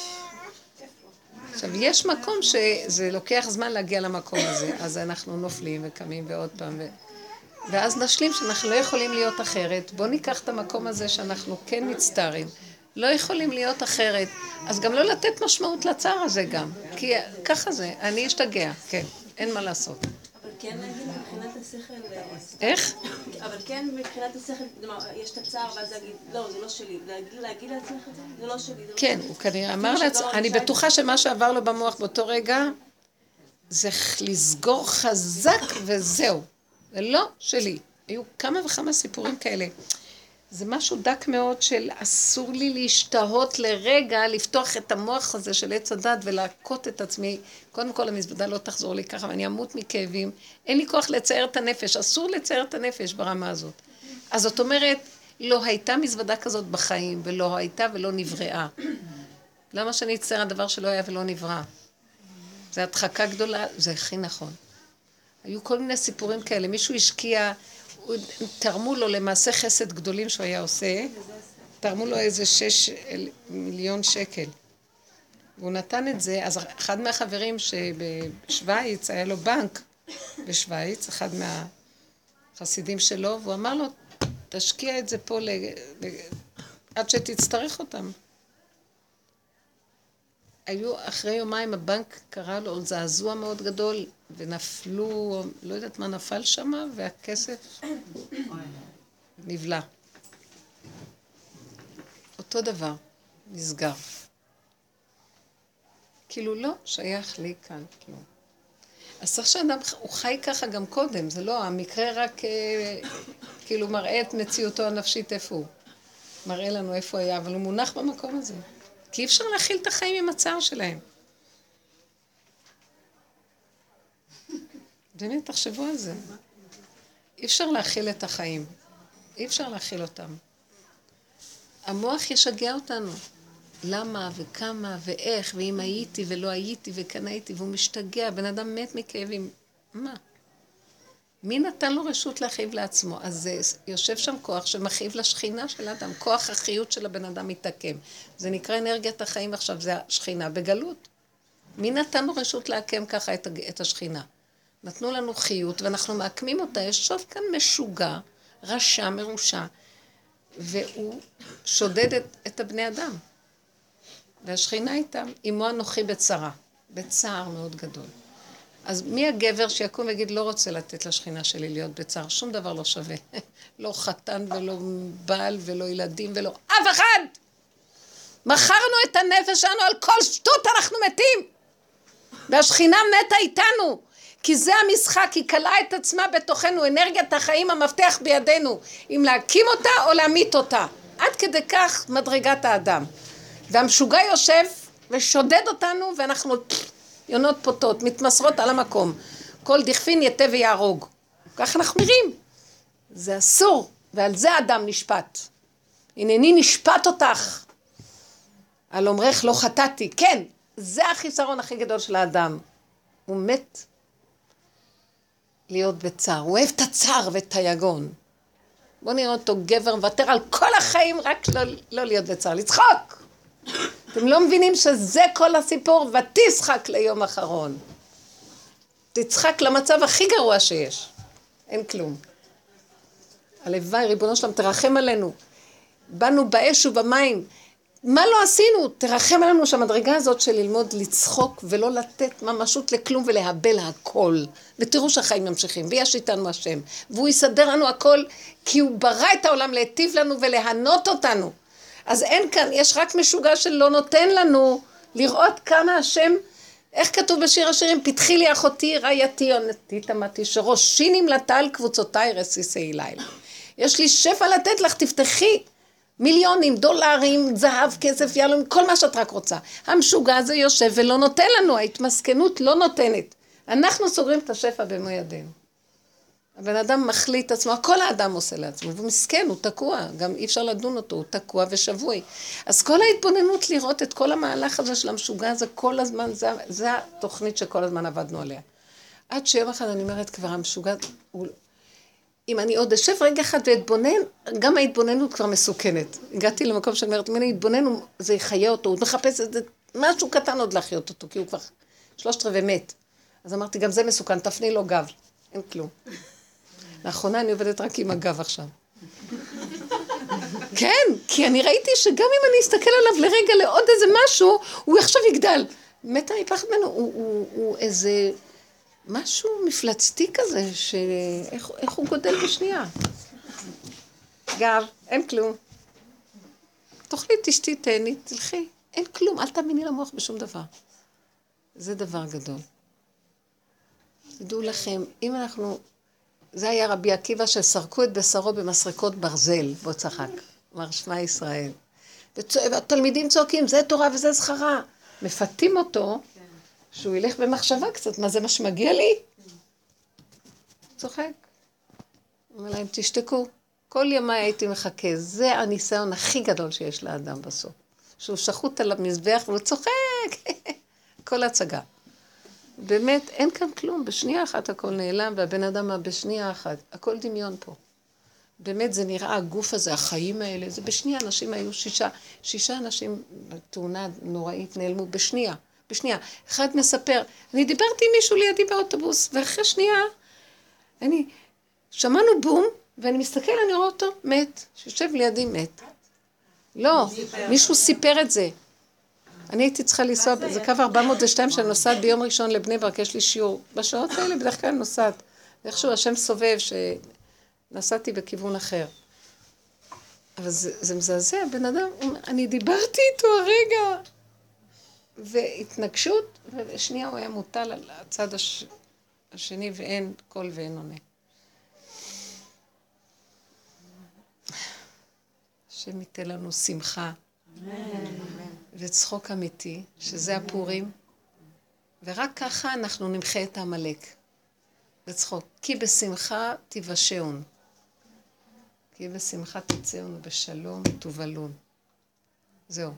עכשיו, יש מקום שזה לוקח זמן להגיע למקום הזה, אז אנחנו נופלים וקמים ועוד פעם ואז נשלים שאנחנו לא יכולים להיות אחרת. בוא ניקח את המקום הזה שאנחנו כן מצטערים. לא יכולים להיות אחרת. אז גם לא לתת משמעות לצער הזה גם. כי ככה זה, אני אשתגע, כן, אין מה לעשות. אבל כן להגיד מבחינת השכל... איך? אבל כן מבחינת השכל, יש את הצער ואז להגיד, לא, זה לא שלי. להגיד לעצמך את זה, זה לא שלי. כן, הוא כנראה אמר לעצמך, אני בטוחה שמה שעבר לו במוח באותו רגע, זה לסגור חזק וזהו. זה לא שלי. היו כמה וכמה סיפורים כאלה. זה משהו דק מאוד של אסור לי להשתהות לרגע, לפתוח את המוח הזה של עץ הדת ולהכות את עצמי. קודם כל המזוודה לא תחזור לי ככה ואני אמות מכאבים. אין לי כוח לצייר את הנפש, אסור לצייר את הנפש ברמה הזאת. אז זאת אומרת, לא הייתה מזוודה כזאת בחיים ולא הייתה ולא נבראה. למה שאני אצייר הדבר שלא היה ולא נברא? זה הדחקה גדולה, זה הכי נכון. היו כל מיני סיפורים כאלה, מישהו השקיע, תרמו לו למעשה חסד גדולים שהוא היה עושה, תרמו לו איזה 6 מיליון שקל. והוא נתן את זה, אז אחד מהחברים שבשוויץ, היה לו בנק בשוויץ, אחד מהחסידים שלו, והוא אמר לו, תשקיע את זה פה עד שתצטרך אותם. היו אחרי יומיים הבנק קרא לו זעזוע מאוד גדול, ונפלו, לא יודעת מה נפל שם, והכסף נבלע. אותו דבר, נסגר. כאילו לא שייך לי כאן כלום. אז צריך שאדם, הוא חי ככה גם קודם, זה לא, המקרה רק כאילו מראה את מציאותו הנפשית איפה הוא. מראה לנו איפה היה, אבל הוא מונח במקום הזה. כי אי אפשר להכיל את החיים עם הצער שלהם. באמת, תחשבו על זה. אי אפשר להכיל את החיים. אי אפשר להכיל אותם. המוח ישגע אותנו. למה וכמה ואיך, ואם הייתי ולא הייתי וכאן הייתי, והוא משתגע, בן אדם מת מכאבים. מה? מי נתן לו רשות להכאיב לעצמו? אז זה יושב שם כוח שמכאיב לשכינה של האדם, כוח החיות של הבן אדם מתעקם. זה נקרא אנרגיית החיים עכשיו, זה השכינה בגלות. מי נתן לו רשות להקם ככה את השכינה? נתנו לנו חיות ואנחנו מעקמים אותה, יש שוב כאן משוגע, רשע, מרושע, והוא שודד את הבני אדם. והשכינה איתם, אמו אנוכי בצרה, בצער מאוד גדול. אז מי הגבר שיקום ויגיד, לא רוצה לתת לשכינה שלי להיות בצער, שום דבר לא שווה. לא חתן ולא בעל ולא ילדים ולא אף אחד. מכרנו את הנפש שלנו על כל שטות, אנחנו מתים. והשכינה מתה איתנו, כי זה המשחק, היא קלה את עצמה בתוכנו, אנרגיית החיים המפתח בידינו, אם להקים אותה או להמית אותה. עד כדי כך מדרגת האדם. והמשוגע יושב ושודד אותנו, ואנחנו יונות פוטות, מתמסרות על המקום. כל דכפין יתה ויהרוג. כך אנחנו נראים. זה אסור, ועל זה האדם נשפט. הנני נשפט אותך. על אומרך לא חטאתי. כן, זה החיסרון הכי גדול של האדם. הוא מת להיות בצער. הוא אוהב את הצער ואת היגון. בוא נראה אותו גבר מוותר על כל החיים, רק לא להיות בצער, לצחוק. אתם לא מבינים שזה כל הסיפור, ותשחק ליום אחרון. תצחק למצב הכי גרוע שיש. אין כלום. הלוואי, ריבונו שלם, תרחם עלינו. באנו באש ובמים. מה לא עשינו? תרחם עלינו שהמדרגה הזאת של ללמוד לצחוק ולא לתת ממשות לכלום ולהבל הכל. ותראו שהחיים ממשיכים, ויש איתנו השם. והוא יסדר לנו הכל, כי הוא ברא את העולם להיטיב לנו ולהנות אותנו. אז אין כאן, יש רק משוגע שלא נותן לנו לראות כמה השם, איך כתוב בשיר השירים, פתחי לי אחותי, רעייתי, עונתי, תמתי, שראשי נמלטה על קבוצותיי רסיסי לילה. יש לי שפע לתת לך, תפתחי מיליונים, דולרים, זהב, כסף, יהלום, כל מה שאת רק רוצה. המשוגע הזה יושב ולא נותן לנו, ההתמסכנות לא נותנת. אנחנו סוגרים את השפע במו ידינו. הבן אדם מחליט עצמו, כל האדם עושה לעצמו, והוא מסכן, הוא תקוע, גם אי אפשר לדון אותו, הוא תקוע ושבוי. אז כל ההתבוננות לראות את כל המהלך הזה של המשוגע הזה, כל הזמן, זה התוכנית שכל הזמן עבדנו עליה. עד שיום אחד אני אומרת, כבר המשוגע, אם אני עוד אשב רגע אחד ואתבונן, גם ההתבוננות כבר מסוכנת. הגעתי למקום שאני אומרת, אם אני אתבונן, זה יחיה אותו, הוא מחפש את זה, משהו קטן עוד להחיות אותו, כי הוא כבר 3/4 מת. אז אמרתי, גם זה מסוכן, תפני לו גב, אין כלום. לאחרונה אני עובדת רק עם הגב עכשיו. כן, כי אני ראיתי שגם אם אני אסתכל עליו לרגע לעוד איזה משהו, הוא עכשיו יגדל. מתה מפחד ממנו, הוא איזה משהו מפלצתי כזה, איך הוא גודל בשנייה. גב, אין כלום. תאכלי, תשתי, תהני, תלכי. אין כלום, אל תאמיני למוח בשום דבר. זה דבר גדול. תדעו לכם, אם אנחנו... זה היה רבי עקיבא שסרקו את בשרו במסרקות ברזל, בו צחק, אמר שמע ישראל. והתלמידים צועקים, זה תורה וזה זכרה. מפתים אותו, שהוא ילך במחשבה קצת, מה זה מה שמגיע לי? צוחק. אומר להם, תשתקו. כל ימי הייתי מחכה, זה הניסיון הכי גדול שיש לאדם בסוף. שהוא שחוט על המזבח והוא צוחק. כל הצגה. באמת אין כאן כלום, בשנייה אחת הכל נעלם, והבן אדם בשנייה אחת, הכל דמיון פה. באמת זה נראה הגוף הזה, החיים האלה, זה בשנייה, אנשים היו 6 אנשים בתאונה נוראית נעלמו בשנייה. אחד מספר, אני דיברתי עם מישהו לידי באוטובוס, ואחרי שנייה, שמענו בום, ואני מסתכל, אני רואה אותו, מת, שיושב לידי מת. לא, מישהו סיפר את זה. אני הייתי צריכה לנסוע, זה קו 402 שאני נוסעת ביום ראשון לבני ברק, יש לי שיעור. בשעות האלה בדרך כלל נוסעת. איכשהו השם סובב שנסעתי בכיוון אחר. אבל זה מזעזע, בן אדם, אני דיברתי איתו הרגע, והתנגשות, ושנייה הוא היה מוטל על הצד השני, ואין קול ואין עונה. השם ייתן לנו שמחה, וצחוק אמיתי, שזה הפורים, ורק ככה אנחנו נמחה את העמלק, בצחוק. כי בשמחה תיוושעון. כי בשמחה תצאון ובשלום תובלון. זהו.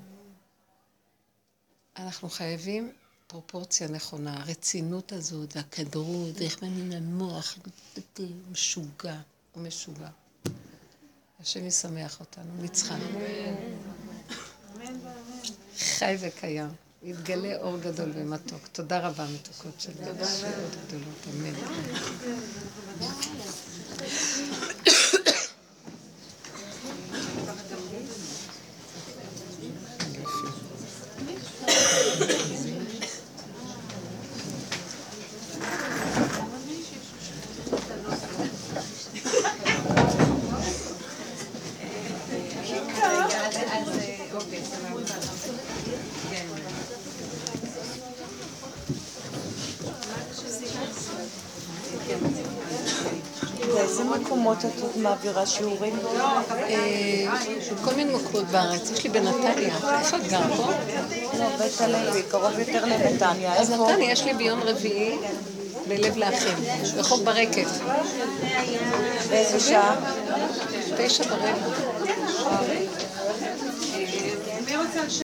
אנחנו חייבים פרופורציה נכונה, הרצינות הזאת, הכדרות, איך מן המוח, משוגע ומשוגע. השם ישמח אותנו, נצחן. חי וקיים. יתגלה אור גדול ומתוק. תודה רבה, מתוקות שלי. תודה רבה. גדולות, אמן. באיזה מקומות את מעבירה שיעורים? כל מיני מקומות בארץ. יש לי בנתניה. איפה את גר פה? לא, בית הלוי, קרוב יותר לנתניה. אז נתניה יש לי ביום רביעי בלב לאחים, רחוב ברקת. באיזה שעה? 9:15.